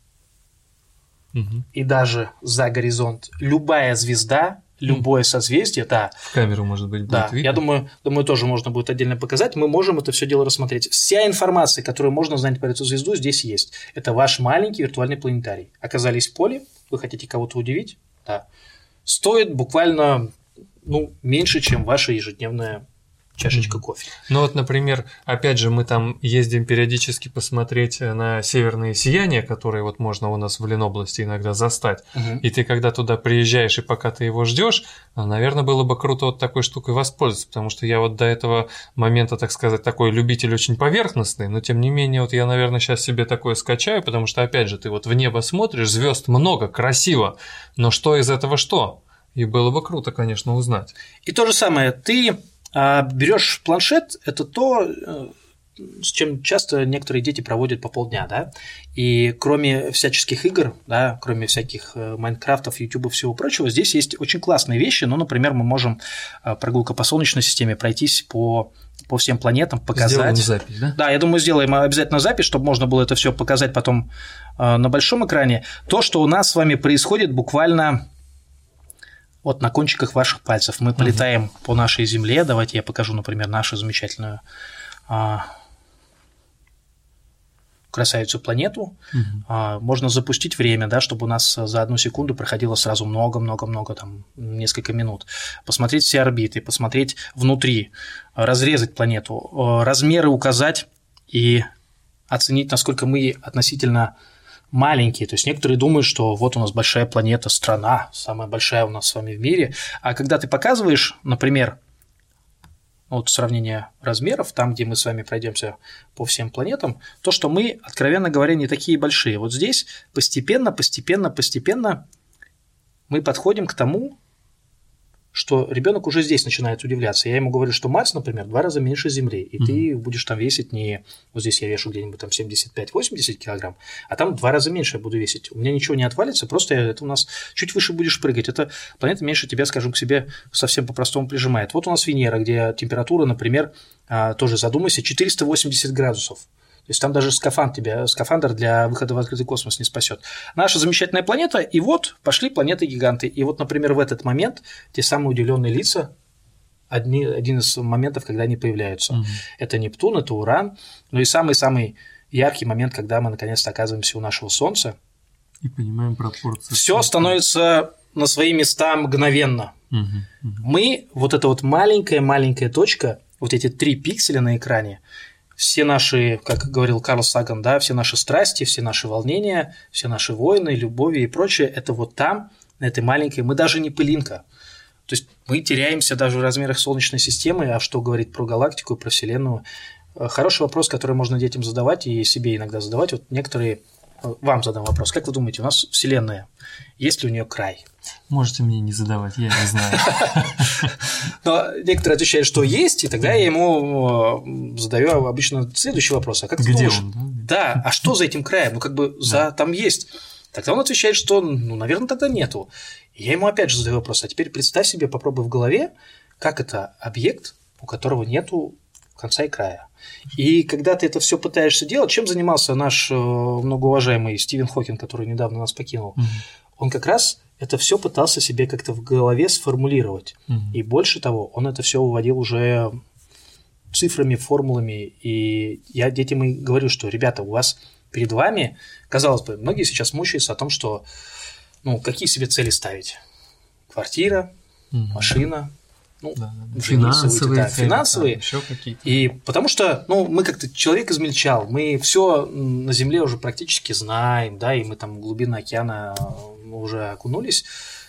uh-huh. и даже за горизонт, любая звезда, любое uh-huh. созвездие, да. В камеру, может быть, будет да, видно. Я думаю, думаю, тоже можно будет отдельно показать. Мы можем это все дело рассмотреть. Вся информация, которую можно знать про эту звезду, здесь есть. Это ваш маленький виртуальный планетарий. Оказались в поле, вы хотите кого-то удивить? Да. Стоит буквально, ну, меньше, чем ваша ежедневная чашечка кофе. Ну вот, например, опять же, мы там ездим периодически посмотреть на северные сияния, которые вот можно у нас в Ленобласти иногда застать. Угу. И ты когда туда приезжаешь, и пока ты его ждешь, наверное, было бы круто вот такой штукой воспользоваться, потому что я вот до этого момента, так сказать, такой любитель очень поверхностный, но тем не менее, вот я, наверное, сейчас себе такое скачаю, потому что, опять же, ты вот в небо смотришь, звезд много, красиво, но что из этого что? И было бы круто, конечно, узнать. И то же самое, ты а, берешь планшет, это то, с чем часто некоторые дети проводят по полдня, да, и кроме всяческих игр, да, кроме всяких Майнкрафтов, Ютубов, всего прочего, здесь есть очень классные вещи, ну, например, мы можем прогулка по Солнечной системе пройтись по по всем планетам, показать. Сделаем запись, да? Да, я думаю, сделаем обязательно запись, чтобы можно было это все показать потом на большом экране. То, что у нас с вами происходит буквально вот на кончиках ваших пальцев. Мы полетаем uh-huh. по нашей Земле. Давайте я покажу, например, нашу замечательную а, красавицу планету. Uh-huh. А, можно запустить время, да, чтобы у нас за одну секунду проходило сразу много-много-много, там, несколько минут. Посмотреть все орбиты, посмотреть внутри, разрезать планету, размеры указать и оценить, насколько мы относительно маленькие, то есть некоторые думают, что вот у нас большая планета, страна, самая большая у нас с вами в мире, а когда ты показываешь, например, вот сравнение размеров, там, где мы с вами пройдемся по всем планетам, то, что мы, откровенно говоря, не такие большие. Вот здесь постепенно, постепенно, постепенно мы подходим к тому, что ребенок уже здесь начинает удивляться. Я ему говорю, что Марс, например, в два раза меньше Земли, и mm-hmm. ты будешь там весить не… Вот здесь я вешу где-нибудь там семьдесят пять - восемьдесят килограмм, а там в два раза меньше я буду весить. У меня ничего не отвалится, просто это у нас чуть выше будешь прыгать. Эта планета меньше тебя, скажем, к себе совсем по-простому прижимает. Вот у нас Венера, где температура, например, тоже задумайся, четыреста восемьдесят градусов. То есть там даже скафандр, тебя, скафандр для выхода в открытый космос не спасет. Наша замечательная планета, и вот пошли планеты-гиганты. И вот, например, в этот момент те самые удивленные лица, одни, один из моментов, когда они появляются. Угу. Это Нептун, это Уран. Ну и самый-самый яркий момент, когда мы наконец-то оказываемся у нашего Солнца. И понимаем пропорции. Все становится на свои места мгновенно. Угу, угу. Мы, вот эта вот маленькая-маленькая точка, вот эти три пикселя на экране, все наши, как говорил Карл Саган, да, все наши страсти, все наши волнения, все наши войны, любови и прочее, это вот там, на этой маленькой, мы даже не пылинка. То есть мы теряемся даже в размерах Солнечной системы, а что говорить про галактику и про Вселенную? Хороший вопрос, который можно детям задавать и себе иногда задавать. Вот некоторые, вам задам вопрос. Как вы думаете, у нас Вселенная, есть ли у нее край? Можете мне не задавать, я не знаю. Но некоторые отвечают, что есть, и тогда я ему задаю обычно следующий вопрос. А как ты думаешь? Да, а что за этим краем? Ну, как бы за там есть. Тогда он отвечает, что, ну, наверное, тогда нету. И я ему опять же задаю вопрос, а теперь представь себе, попробуй в голове, как это объект, у которого нету конца и края. И когда ты это все пытаешься делать, чем занимался наш многоуважаемый Стивен Хокинг, который недавно нас покинул? Mm-hmm. Он как раз это все пытался себе как-то в голове сформулировать. Mm-hmm. И больше того, он это все выводил уже цифрами, формулами. И я детям и говорю, что, ребята, у вас перед вами, казалось бы, многие сейчас мучаются о том, что, ну, какие себе цели ставить? Квартира, mm-hmm. машина, ну, да, да. Финансовые, да, цели, финансовые. Да, еще какие-то. И потому что, ну, мы как-то человек измельчал, мы все на Земле уже практически знаем, да, и мы там в глубины океана уже окунулись,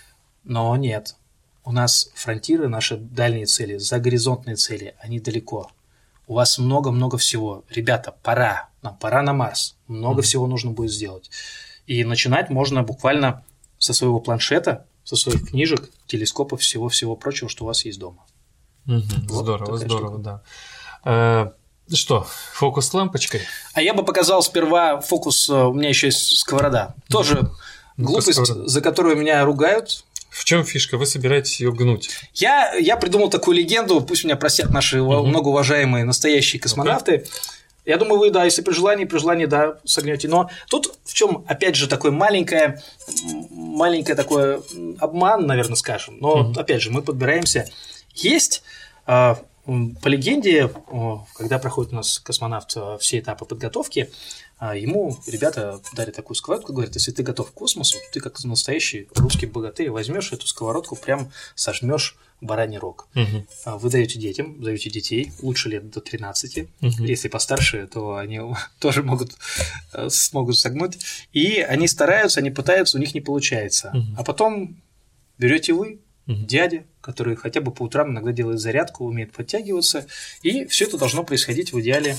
но нет. У нас фронтиры, наши дальние цели, загоризонтные цели, они далеко. У вас много-много всего. Ребята, пора, нам пора на Марс. Много mm-hmm. всего нужно будет сделать. И начинать можно буквально со своего планшета, со своих книжек, телескопов, всего-всего прочего, что у вас есть дома. Угу, вот здорово, здорово, штука. Да. Э, что, фокус с лампочкой? А я бы показал сперва фокус, у меня еще есть сковорода. Тоже ну, глупость, сковорода. За которую меня ругают. В чем фишка? Вы собираетесь ее гнуть? Я, я придумал такую легенду, пусть меня простят наши угу. многоуважаемые настоящие космонавты. Okay. Я думаю, вы, да, если при желании, при желании, да, согнете. Но тут в чем, опять же, такой маленькое, маленькое такой обман, наверное, скажем. Но, mm-hmm. опять же, мы подбираемся. Есть, э, по легенде, э, когда проходит у нас космонавт э, все этапы подготовки, э, ему ребята дарят такую сковородку, говорят, если ты готов к космосу, ты как настоящий русский богатырь возьмешь эту сковородку, прям сожмешь бараний рог. Угу. Вы даете детям, даете детей, лучше лет до тринадцати. Угу. Если постарше, то они тоже могут, смогут согнуть. И они стараются, они пытаются, у них не получается. Угу. А потом берете вы, угу. дядя, который хотя бы по утрам иногда делает зарядку, умеет подтягиваться, и все это должно происходить в идеале.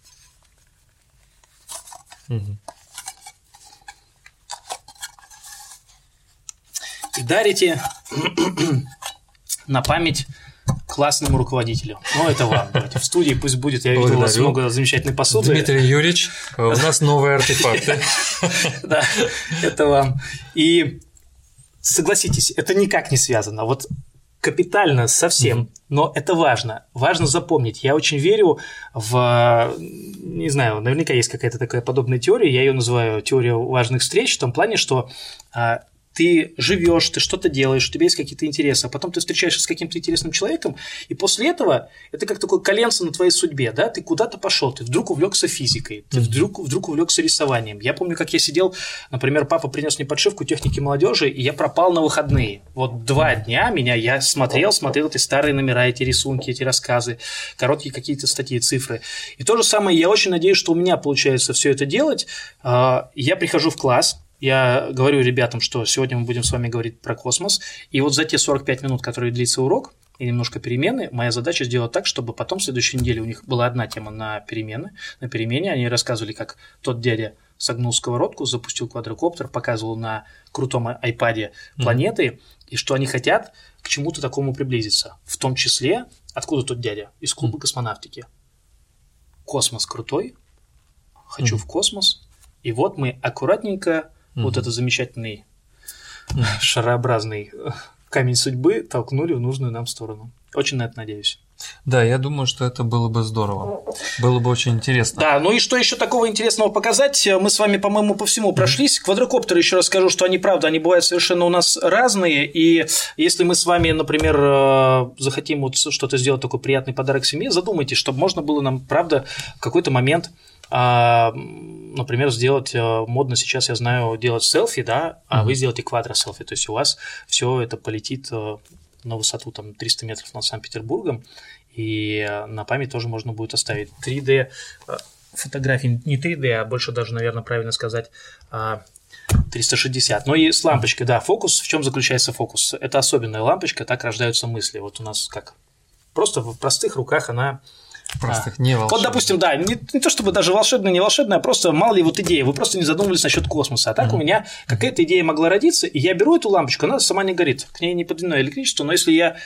Угу. И дарите на память классному руководителю. Ну, это вам. Давайте. В студии пусть будет. Я видел у вас много замечательной посуды. Дмитрий Юрьевич, у нас новые артефакты. Да, это вам. И согласитесь, это никак не связано. Вот капитально совсем, но это важно. Важно запомнить. Я очень верю в... Не знаю, наверняка есть какая-то такая подобная теория. Я ее называю теория важных встреч в том плане, что... Ты живешь, ты что-то делаешь, у тебя есть какие-то интересы, а потом ты встречаешься с каким-то интересным человеком, и после этого это как такое коленце на твоей судьбе, да, ты куда-то пошел, ты вдруг увлекся физикой, ты вдруг, вдруг увлекся рисованием. Я помню, как я сидел, например, папа принес мне подшивку техники молодежи, и я пропал на выходные. Вот два дня меня я смотрел, смотрел эти старые номера, эти рисунки, эти рассказы, короткие какие-то статьи, цифры. И то же самое, я очень надеюсь, что у меня получается все это делать. Я прихожу в класс. Я говорю ребятам, что сегодня мы будем с вами говорить про космос, и вот за те сорок пять минут, которые длится урок, и немножко перемены, моя задача сделать так, чтобы потом в следующей неделе у них была одна тема на перемены, на перемене, они рассказывали, как тот дядя согнул сковородку, запустил квадрокоптер, показывал на крутом айпаде планеты, mm-hmm. и что они хотят к чему-то такому приблизиться, в том числе, откуда тот дядя? Из клуба mm-hmm. космонавтики. Космос крутой, хочу mm-hmm. в космос, и вот мы аккуратненько Mm-hmm. вот этот замечательный mm-hmm. шарообразный камень судьбы толкнули в нужную нам сторону. Очень на это надеюсь. Да, я думаю, что это было бы здорово. Было бы очень интересно. Да, ну и что еще такого интересного показать? Мы с вами, по-моему, по всему прошлись. Квадрокоптеры, еще раз скажу, что они, правда, они бывают совершенно у нас разные. И если мы с вами, например, захотим вот что-то сделать, такой приятный подарок семье, задумайтесь, чтобы можно было нам, правда, в какой-то момент... например, сделать модно сейчас, я знаю, делать селфи, да, а mm-hmm. вы сделаете квадроселфи, то есть у вас все это полетит на высоту там триста метров над Санкт-Петербургом, и на память тоже можно будет оставить три дэ фотографии, не три дэ, а больше даже, наверное, правильно сказать, триста шестьдесят. Но и с лампочкой, да, фокус, в чем заключается фокус? Это особенная лампочка, так рождаются мысли. Вот у нас как? Просто в простых руках она... Простых, а. не волшебных. Вот, допустим, да, не, не то чтобы даже волшебная, не волшебная, а просто мало ли вот идея, вы просто не задумывались насчет космоса. А так mm-hmm. у меня какая-то идея могла родиться, и я беру эту лампочку, она сама не горит, к ней не подведено электричество, но если я...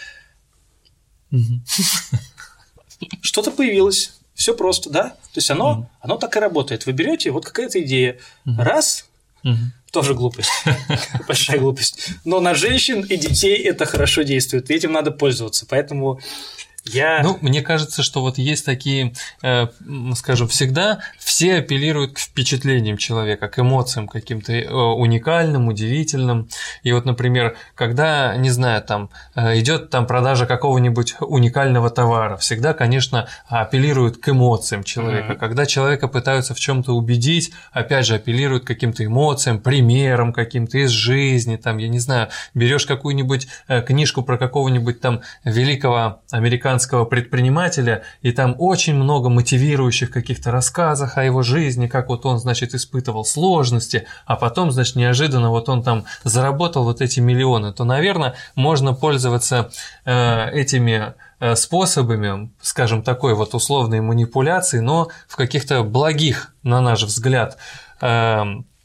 Mm-hmm. Что-то появилось, все просто, да? То есть оно, mm-hmm. оно так и работает. Вы берете, вот какая-то идея, mm-hmm. раз, mm-hmm. Тоже глупость. Большая глупость. Но на женщин и детей это хорошо действует. Этим надо пользоваться. Поэтому я... Ну, мне кажется, что вот есть такие, э, скажем, всегда все апеллируют к впечатлениям человека, к эмоциям каким-то э, уникальным, удивительным. И вот, например, когда, не знаю, там э, идет там продажа какого-нибудь уникального товара, всегда, конечно, апеллируют к эмоциям человека. Mm-hmm. Когда человека пытаются в чем-то убедить, опять же, апеллируют к каким-то эмоциям, примерам каким-то из жизни, там, я не знаю, берешь какую-нибудь э, книжку про какого-нибудь там великого американского предпринимателя, и там очень много мотивирующих каких-то рассказов о его жизни, как вот он, значит, испытывал сложности, а потом, значит, неожиданно вот он там заработал вот эти миллионы, то, наверное, можно пользоваться э, этими э, способами, скажем, такой вот условной манипуляции, но в каких-то благих, на наш взгляд, э,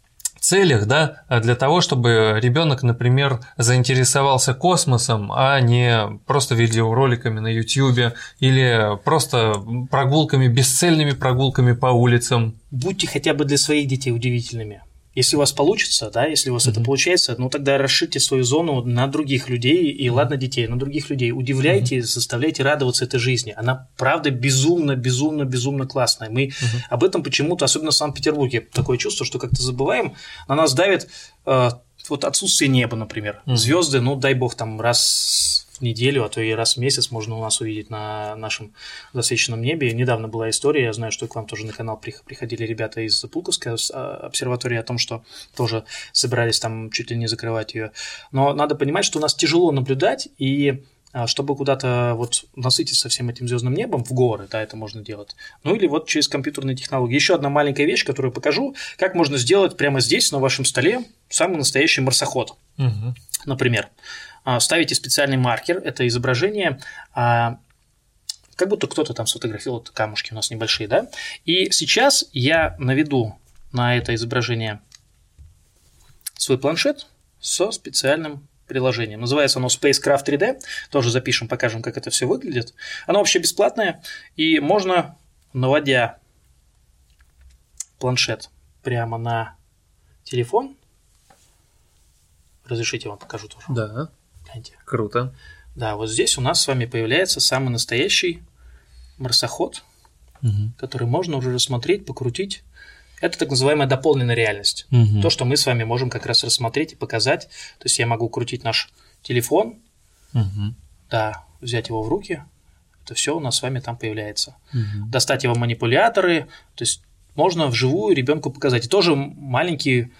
целях, да, для того, чтобы ребенок, например, заинтересовался космосом, а не просто видеороликами на YouTube или просто прогулками, бесцельными прогулками по улицам. Будьте хотя бы для своих детей удивительными. Если у вас получится, да, если у вас mm-hmm. это получается, ну тогда расширьте свою зону на других людей, и mm-hmm. ладно детей, на других людей. Удивляйте, mm-hmm. заставляйте радоваться этой жизни. Она, правда, безумно, безумно, безумно классная. Мы mm-hmm. об этом почему-то, особенно в Санкт-Петербурге, такое чувство, что как-то забываем, на нас давит э, вот отсутствие неба, например. Mm-hmm. Звезды, ну дай бог, там раз в неделю, а то и раз в месяц можно у нас увидеть на нашем засвеченном небе. Недавно была история, я знаю, что к вам тоже на канал приходили ребята из Пулковской обсерватории о том, что тоже собирались там чуть ли не закрывать ее. Но надо понимать, что у нас тяжело наблюдать, и чтобы куда-то вот насытиться всем этим звездным небом, в горы, да, это можно делать. Ну или вот через компьютерные технологии. Еще одна маленькая вещь, которую покажу, как можно сделать прямо здесь, на вашем столе, самый настоящий марсоход. Угу. Например, ставите специальный маркер, это изображение, как будто кто-то там сфотографировал, камушки у нас небольшие, да? И сейчас я наведу на это изображение свой планшет со специальным приложением. Называется оно Spacecraft три дэ, тоже запишем, покажем, как это все выглядит. Оно вообще бесплатное, и можно, наводя планшет прямо на телефон, разрешите, я вам покажу тоже. Да. Круто. Да, вот здесь у нас с вами появляется самый настоящий марсоход, угу. который можно уже рассмотреть, покрутить. Это так называемая дополненная реальность. Угу. То, что мы с вами можем как раз рассмотреть и показать. То есть я могу крутить наш телефон, угу. да, взять его в руки. Это все у нас с вами там появляется. Угу. Достать его манипуляторы. То есть можно вживую ребенку показать. И тоже маленький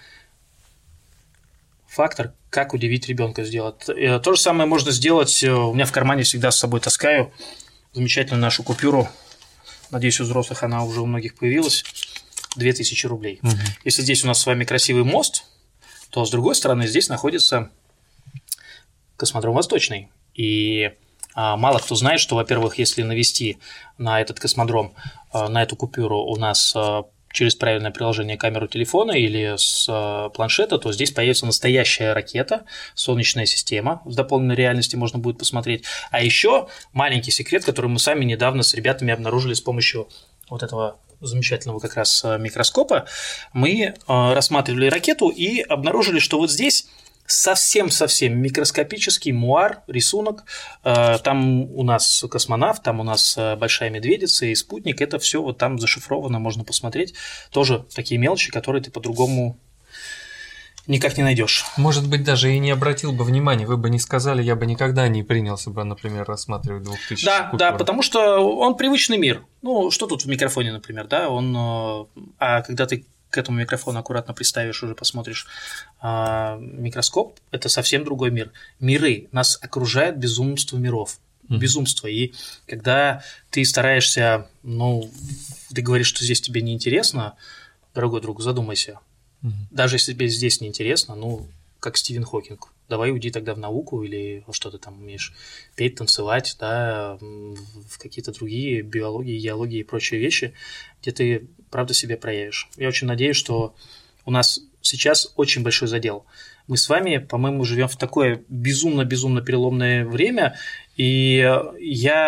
фактор, как удивить ребенка сделать. То же самое можно сделать. У меня в кармане всегда с собой таскаю замечательную нашу купюру. Надеюсь, у взрослых она уже у многих появилась. две тысячи рублей. Угу. Если здесь у нас с вами красивый мост, то с другой стороны здесь находится космодром Восточный. И а, мало кто знает, что, во-первых, если навести на этот космодром, а, на эту купюру у нас а, через правильное приложение камеру телефона или с э, планшета, то здесь появится настоящая ракета, солнечная система с дополненной реальности можно будет посмотреть. А еще маленький секрет, который мы сами недавно с ребятами обнаружили с помощью вот этого замечательного как раз микроскопа. Мы э, рассматривали ракету и обнаружили, что вот здесь совсем-совсем микроскопический муар, рисунок. Там у нас космонавт, там у нас большая медведица и спутник. Это все вот там зашифровано, можно посмотреть. Тоже такие мелочи, которые ты по-другому никак не найдешь. Может быть, даже и не обратил бы внимания, вы бы не сказали, я бы никогда не принялся бы, например, рассматривать двухтысячные Да, купюры. Да, потому что он привычный мир. Ну, что тут в микрофоне, например, да, он, а когда ты к этому микрофону аккуратно приставишь, уже посмотришь а, микроскоп, это совсем другой мир. Миры, нас окружает безумство миров, mm-hmm. безумство. И когда ты стараешься, ну, ты говоришь, что здесь тебе неинтересно, дорогой друг, задумайся. Mm-hmm. Даже если тебе здесь неинтересно, ну, как Стивен Хокинг, давай уйди тогда в науку или что ты там умеешь, петь, танцевать, да, в какие-то другие биологии, геологии и прочие вещи, где ты, правда, себя проявишь. Я очень надеюсь, что у нас сейчас очень большой задел. Мы с вами, по-моему, живем в такое безумно-безумно переломное время, и я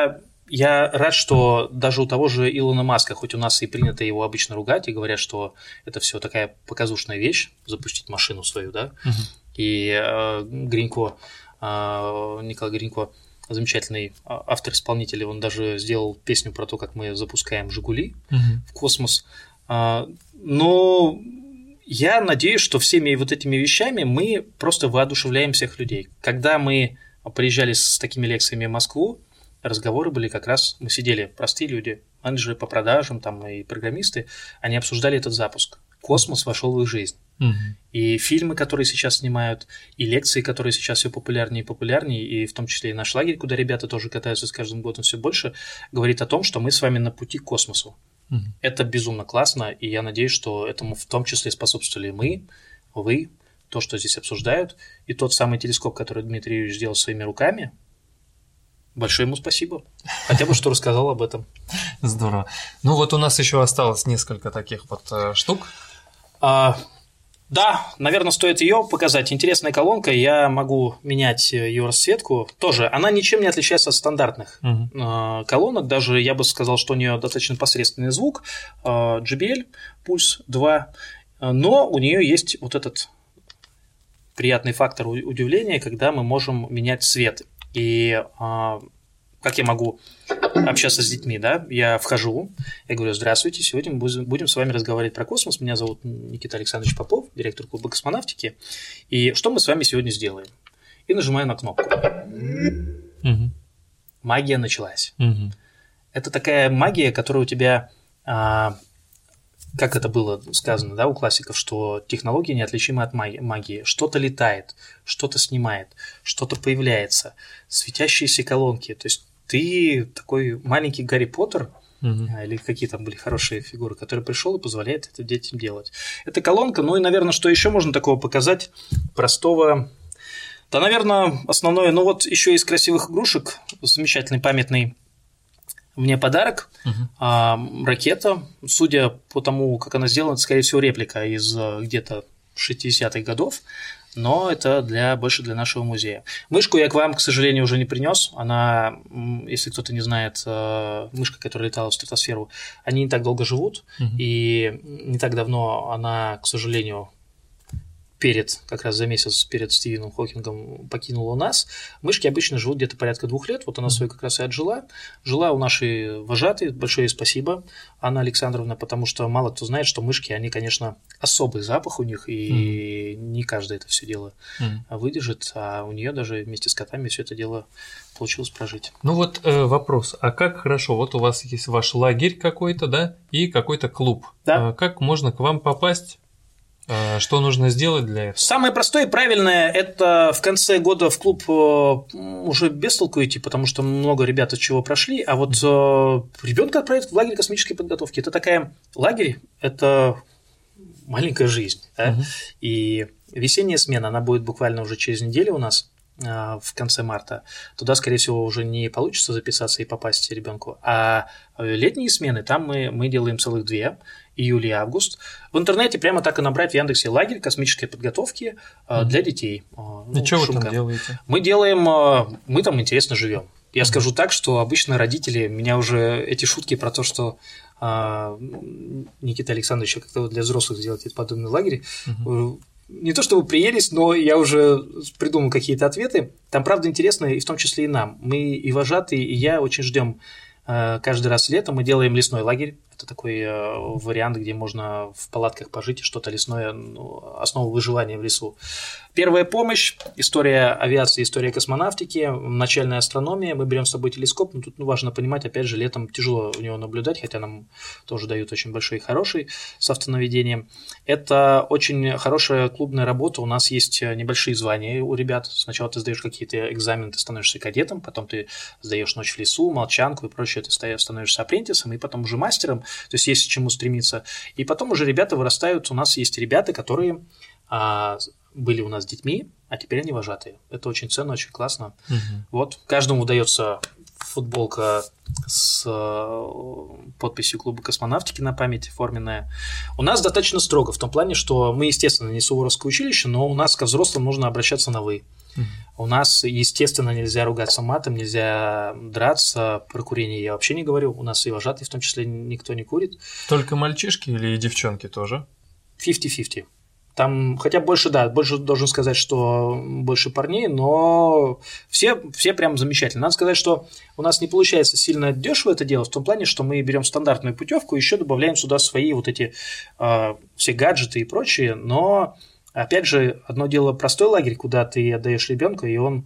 я рад, что даже у того же Илона Маска, хоть у нас и принято его обычно ругать, и говорят, что это все такая показушная вещь, запустить машину свою, да, угу. и э, Гринько, э, Николай Гринько, замечательный автор-исполнитель, он даже сделал песню про то, как мы запускаем «Жигули» угу. в космос. Э, но я надеюсь, что всеми вот этими вещами мы просто воодушевляем всех людей. Когда мы приезжали с такими лекциями в Москву, разговоры были как раз, мы сидели, простые люди, менеджеры по продажам там, и программисты, они обсуждали этот запуск. Космос вошел в их жизнь. Угу. И фильмы, которые сейчас снимают, и лекции, которые сейчас все популярнее и популярнее, и в том числе и наш лагерь, куда ребята тоже катаются с каждым годом все больше, говорит о том, что мы с вами на пути к космосу. Угу. Это безумно классно, и я надеюсь, что этому в том числе способствовали мы, вы, то, что здесь обсуждают, и тот самый телескоп, который Дмитрий Юрьевич сделал своими руками. Большое ему спасибо. Хотя бы что рассказал об этом. Здорово. Ну вот у нас еще осталось несколько таких вот э, штук. А, да, наверное, стоит ее показать. Интересная колонка. Я могу менять ее расцветку. Тоже она ничем не отличается от стандартных uh-huh. э, колонок. Даже я бы сказал, что у нее достаточно посредственный звук. Э, джей би эл Pulse два. Но у нее есть вот этот приятный фактор удивления, когда мы можем менять цвет. И а, как я могу общаться с детьми, да? Я вхожу, я говорю: здравствуйте, сегодня мы будем с вами разговаривать про космос. Меня зовут Никита Александрович Попов, директор клуба космонавтики. И что мы с вами сегодня сделаем? И нажимаю на кнопку. Угу. Магия началась. Угу. Это такая магия, которая у тебя... А, как это было сказано, да, у классиков, что технологии неотличимы от магии. Что-то летает, что-то снимает, что-то появляется, светящиеся колонки. То есть ты такой маленький Гарри Поттер, угу. или какие там были хорошие фигуры, который пришел и позволяет это детям делать. Это колонка, ну и, наверное, что еще можно такого показать простого? Да, наверное, основное, ну вот еще из красивых игрушек, замечательный памятный мне подарок, uh-huh. а, ракета, судя по тому, как она сделана, это, скорее всего, реплика из где-то шестидесятых годов, но это для, больше для нашего музея. Мышку я к вам, к сожалению, уже не принес. Она, если кто-то не знает, мышка, которая летала в стратосферу, они не так долго живут, uh-huh. и не так давно она, к сожалению, перед, как раз за месяц перед Стивеном Хокингом покинула нас. Мышки обычно живут где-то порядка двух лет, вот она свою как раз и отжила. Жила у нашей вожатой, большое спасибо, Анна Александровна, потому что мало кто знает, что мышки, они, конечно, особый запах у них, и mm. не каждый это все дело mm. выдержит, а у нее даже вместе с котами все это дело получилось прожить. Ну вот э, вопрос, а как хорошо, вот у вас есть ваш лагерь какой-то, да, и какой-то клуб. Да. А как можно к вам попасть? Что нужно сделать для этого? Самое простое и правильное – это в конце года в клуб уже без толку идти, потому что много ребят от чего прошли, а вот mm-hmm. ребенка отправить в лагерь космической подготовки. Это такая лагерь, это маленькая жизнь. Да? Mm-hmm. И весенняя смена, она будет буквально уже через неделю у нас, в конце марта. Туда, скорее всего, уже не получится записаться и попасть ребенку. А летние смены, там мы, мы делаем целых две, июль и август. В интернете прямо так и набрать в Яндексе лагерь космической подготовки mm-hmm. для детей. Ну, и что вы там делаете? Мы делаем, мы там интересно живем. Я mm-hmm. скажу так, что обычно родители, меня уже эти шутки про то, что а, Никита Александрович как-то для взрослых сделать этот подобный лагерь, mm-hmm. не то чтобы приелись, но я уже придумал какие-то ответы. Там, правда, интересно, и в том числе и нам. Мы и вожатые, и я очень ждем каждый раз летом. Мы делаем лесной лагерь. Это такой вариант, где можно в палатках пожить и что-то лесное, ну, основа выживания в лесу. Первая помощь, история авиации, история космонавтики, начальная астрономия. Мы берем с собой телескоп, но тут ну, важно понимать, опять же, летом тяжело у него наблюдать, хотя нам тоже дают очень большой и хороший с автонаведением. Это очень хорошая клубная работа. У нас есть небольшие звания у ребят. Сначала ты сдаешь какие-то экзамены, ты становишься кадетом, потом ты сдаешь ночь в лесу, молчанку и прочее, ты становишься апрентисом, и потом уже мастером. То есть есть к чему стремиться. И потом уже ребята вырастают. У нас есть ребята, которые а, были у нас детьми, а теперь они вожатые. Это очень ценно, очень классно. Угу. Вот. Каждому удается футболка с подписью клуба космонавтики на память форменная. У нас достаточно строго в том плане, что мы, естественно, не Суворовское училище, но у нас ко взрослым нужно обращаться на «вы». Угу. У нас, естественно, нельзя ругаться матом, нельзя драться. Про курение я вообще не говорю. У нас и вожатые в том числе никто не курит. Только мальчишки или и девчонки тоже? пятьдесят на пятьдесят. Там, хотя больше, да, больше должен сказать, что больше парней, но все, все прям замечательно. Надо сказать, что у нас не получается сильно дешево это делать, в том плане, что мы берем стандартную путевку, еще добавляем сюда свои вот эти э, все гаджеты и прочее, но, опять же, одно дело простой лагерь, куда ты отдаешь ребенка, и он,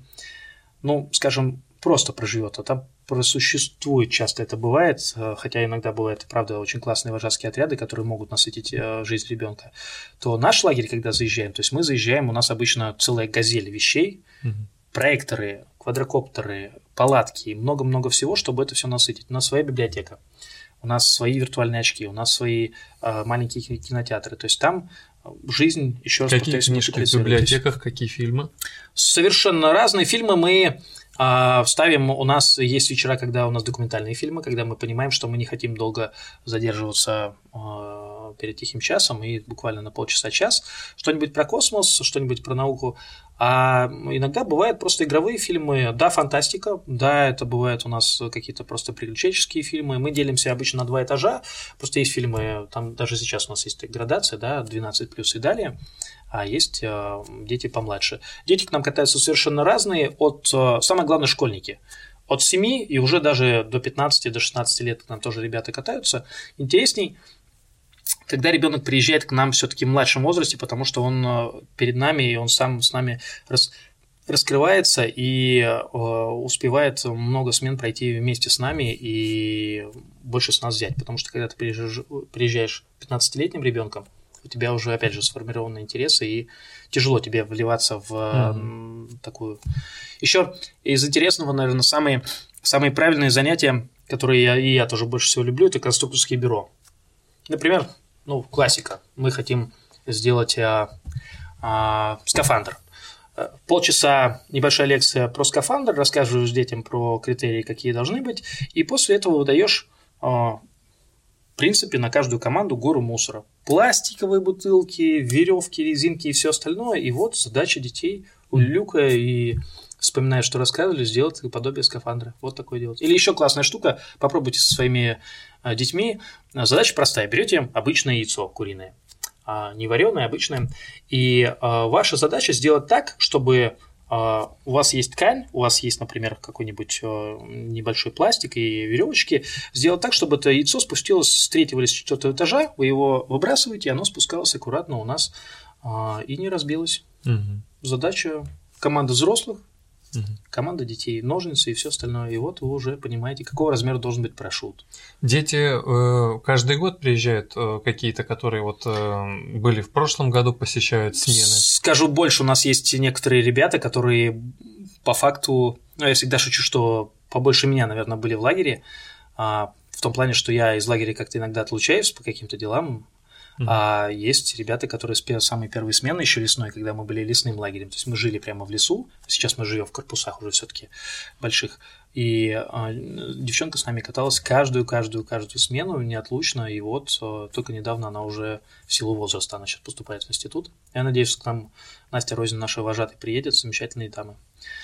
ну, скажем, просто проживет, а там просуществует, часто это бывает, хотя иногда бывают, правда, очень классные вожатские отряды, которые могут насытить жизнь ребенка, то наш лагерь, когда заезжаем, то есть мы заезжаем, у нас обычно целая газель вещей, mm-hmm. проекторы, квадрокоптеры, палатки, много-много всего, чтобы это все насытить. У нас своя библиотека, у нас свои виртуальные очки, у нас свои э, маленькие кинотеатры, то есть там жизнь, еще раз повторюсь, какие книжки в библиотеках, какие фильмы? Совершенно разные фильмы мы вставим, у нас есть вечера, когда у нас документальные фильмы, когда мы понимаем, что мы не хотим долго задерживаться э, перед тихим часом, и буквально на полчаса-час что-нибудь про космос, что-нибудь про науку. А иногда бывают просто игровые фильмы, да, фантастика, да, это бывают у нас какие-то просто приключенческие фильмы. Мы делимся обычно на два этажа, просто есть фильмы, там даже сейчас у нас есть градация, да, двенадцать плюс и далее. А есть э, дети помладше. Дети к нам катаются совершенно разные, от, э, самое главное, школьники. От семи и уже даже до пятнадцати, до шестнадцати лет к нам тоже ребята катаются. Интересней, когда ребенок приезжает к нам все-таки в младшем возрасте, потому что он э, перед нами, и он сам с нами рас, раскрывается и э, успевает много смен пройти вместе с нами и больше с нас взять. Потому что когда ты приезжаешь, приезжаешь пятнадцатилетним ребенком, у тебя уже, опять же, сформированы интересы, и тяжело тебе вливаться в mm-hmm. такую... Еще из интересного, наверное, самые, самые правильные занятия, которые я, и я тоже больше всего люблю, это конструкторские бюро. Например, ну, классика. Мы хотим сделать а, а, скафандр. Полчаса небольшая лекция про скафандр, рассказываешь детям про критерии, какие должны быть, и после этого выдаешь... А, в принципе, на каждую команду гору мусора. Пластиковые бутылки, веревки, резинки и все остальное. И вот задача детей, улюлюкая и вспоминая, что рассказывали, сделать подобие скафандра. Вот такое делать. Или еще классная штука, попробуйте со своими детьми. Задача простая. Берете обычное яйцо куриное, не вареное, обычное. И ваша задача сделать так, чтобы... у вас есть ткань, у вас есть, например, какой-нибудь небольшой пластик и веревочки, сделать так, чтобы это яйцо спустилось с третьего или с четвертого этажа, вы его выбрасываете, и оно спускалось аккуратно у нас и не разбилось. Угу. Задача команды взрослых, угу. команда детей, ножницы и все остальное. И вот вы уже понимаете, какого размера должен быть парашют. Дети э, каждый год приезжают э, какие-то, которые вот э, были в прошлом году, посещают смены? Скажу больше, у нас есть некоторые ребята, которые по факту, ну, я всегда шучу, что побольше меня, наверное, были в лагере, а, в том плане, что я из лагеря как-то иногда отлучаюсь по каким-то делам. Mm-hmm. А есть ребята, которые с самой первой смены, еще лесной, когда мы были лесным лагерем, то есть мы жили прямо в лесу, сейчас мы живем в корпусах уже все-таки больших, и а, девчонка с нами каталась каждую-каждую-каждую смену неотлучно, и вот а, только недавно она уже в силу возраста, она сейчас поступает в институт. Я надеюсь, что к нам Настя Розин, наша вожатая, приедет, замечательные дамы.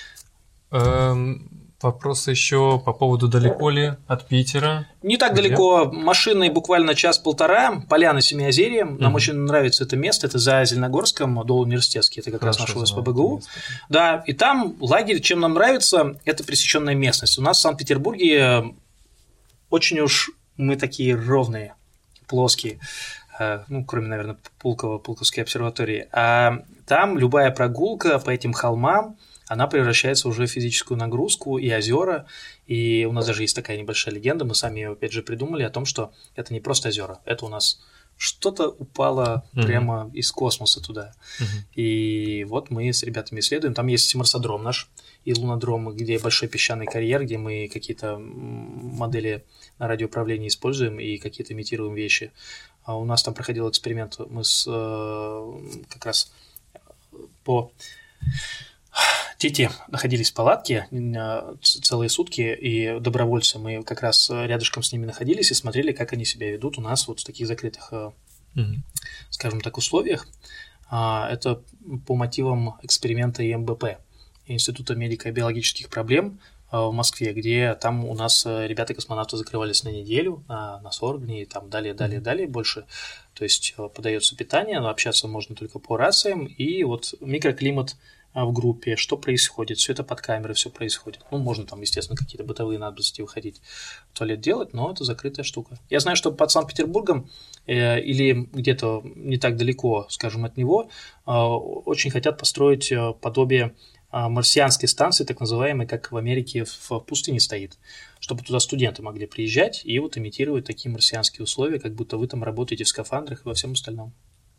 Эм... Вопрос еще по поводу, далеко ли от Питера? Не так Где? далеко, машиной буквально час-полтора, Поляны Семиозерье. Нам mm-hmm. очень нравится это место, это за Зеленогорском, до Университетский, это как Хорошо раз наш УСП БГУ. Да, и там лагерь, чем нам нравится, это пресеченная местность. У нас в Санкт-Петербурге очень уж мы такие ровные, плоские, ну, кроме, наверное, Пулково, Пулковской обсерватории. А там любая прогулка по этим холмам, она превращается уже в физическую нагрузку, и озера, и у нас даже есть такая небольшая легенда, мы сами ее, опять же, придумали, о том, что это не просто озера, это у нас что-то упало mm-hmm. прямо из космоса туда. Mm-hmm. И вот мы с ребятами исследуем, там есть марсодром наш и лунодром, где большой песчаный карьер, где мы какие-то модели на радиоуправлении используем и какие-то имитируем вещи. А у нас там проходил эксперимент, мы с, как раз по... Дети находились в палатке целые сутки, и добровольцы, мы как раз рядышком с ними находились и смотрели, как они себя ведут у нас вот в таких закрытых, mm-hmm. скажем так, условиях. Это по мотивам эксперимента ИМБП. Института медико-биологических проблем в Москве, где там у нас ребята-космонавты закрывались на неделю, на, на сорок дней, там далее, далее, далее больше. То есть подается питание, но общаться можно только по рациям, и вот микроклимат в группе, что происходит, все это под камерой, все происходит. Ну, можно там, естественно, какие-то бытовые надобности выходить в туалет делать, но это закрытая штука. Я знаю, что под Санкт-Петербургом э, или где-то не так далеко, скажем, от него, э, очень хотят построить подобие э, марсианской станции, так называемой, как в Америке в пустыне стоит, чтобы туда студенты могли приезжать и вот имитировать такие марсианские условия, как будто вы там работаете в скафандрах и во всем остальном.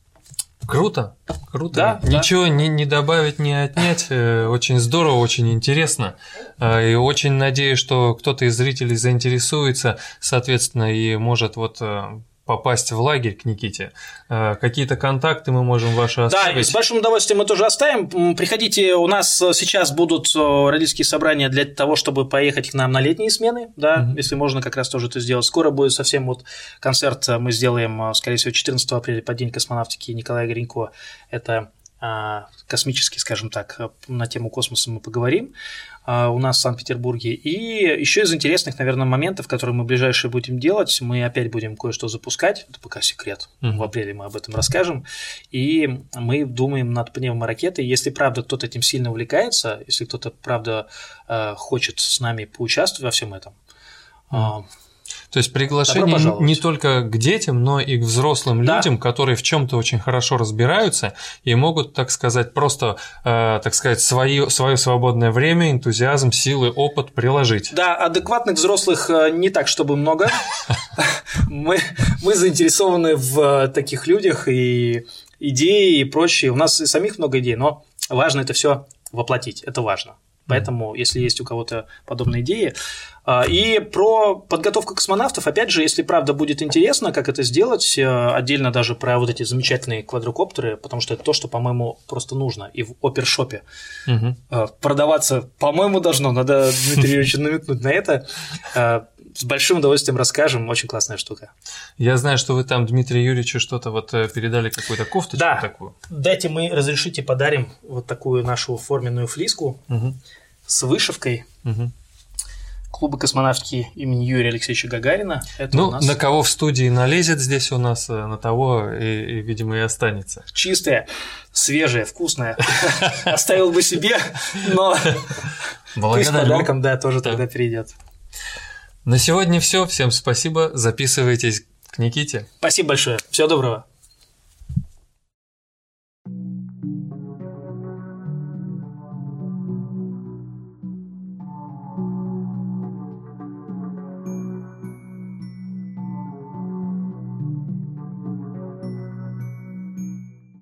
Круто, круто. Да, Ничего да. Не, не добавить, не отнять. Очень здорово, очень интересно. И очень надеюсь, что кто-то из зрителей заинтересуется, соответственно, и может вот попасть в лагерь к Никите. Какие-то контакты мы можем ваши оставить? Да, с большим удовольствием мы тоже оставим. Приходите, у нас сейчас будут родительские собрания для того, чтобы поехать к нам на летние смены, да, mm-hmm. если можно как раз тоже это сделать. Скоро будет совсем вот концерт, мы сделаем, скорее всего, четырнадцатого апреля под День космонавтики Николая Гринько. Это космический, скажем так, на тему космоса мы поговорим у нас в Санкт-Петербурге. И еще из интересных, наверное, моментов, которые мы в ближайшее будем делать, мы опять будем кое-что запускать, это пока секрет, mm-hmm. в апреле мы об этом расскажем, и мы думаем над пневморакетой. Если правда кто-то этим сильно увлекается, если кто-то правда хочет с нами поучаствовать во всем этом, mm-hmm. То есть приглашение не только к детям, но и к взрослым да. людям, которые в чем-то очень хорошо разбираются и могут, так сказать, просто, э, так сказать, свои, свое свободное время, энтузиазм, силы, опыт приложить. Да, адекватных взрослых не так, чтобы много. Мы, мы заинтересованы в таких людях и идеи и прочее. У нас и самих много идей, но важно это все воплотить, это важно. Поэтому, если есть у кого-то подобные идеи. И про подготовку космонавтов, опять же, если правда будет интересно, как это сделать, отдельно даже про вот эти замечательные квадрокоптеры, потому что это то, что, по-моему, просто нужно. И в опершопе угу. продаваться, по-моему, должно. Надо Дмитрию Юрьевичу намекнуть на это. С большим удовольствием расскажем, очень классная штука. Я знаю, что вы там Дмитрию Юрьевичу что-то вот передали, какую-то кофточку да. такую. Дайте мы разрешите подарим вот такую нашу форменную флиску угу. с вышивкой. Угу. Клуба космонавтики имени Юрия Алексеевича Гагарина. Это ну, у нас... на кого в студии налезет здесь у нас, на того, и, и, видимо, и останется. Чистая, свежая, вкусная. Оставил бы себе, но пусть с подарком, да, тоже тогда перейдет. На сегодня все. Всем спасибо. Записывайтесь к Никите. Спасибо большое. Всего доброго.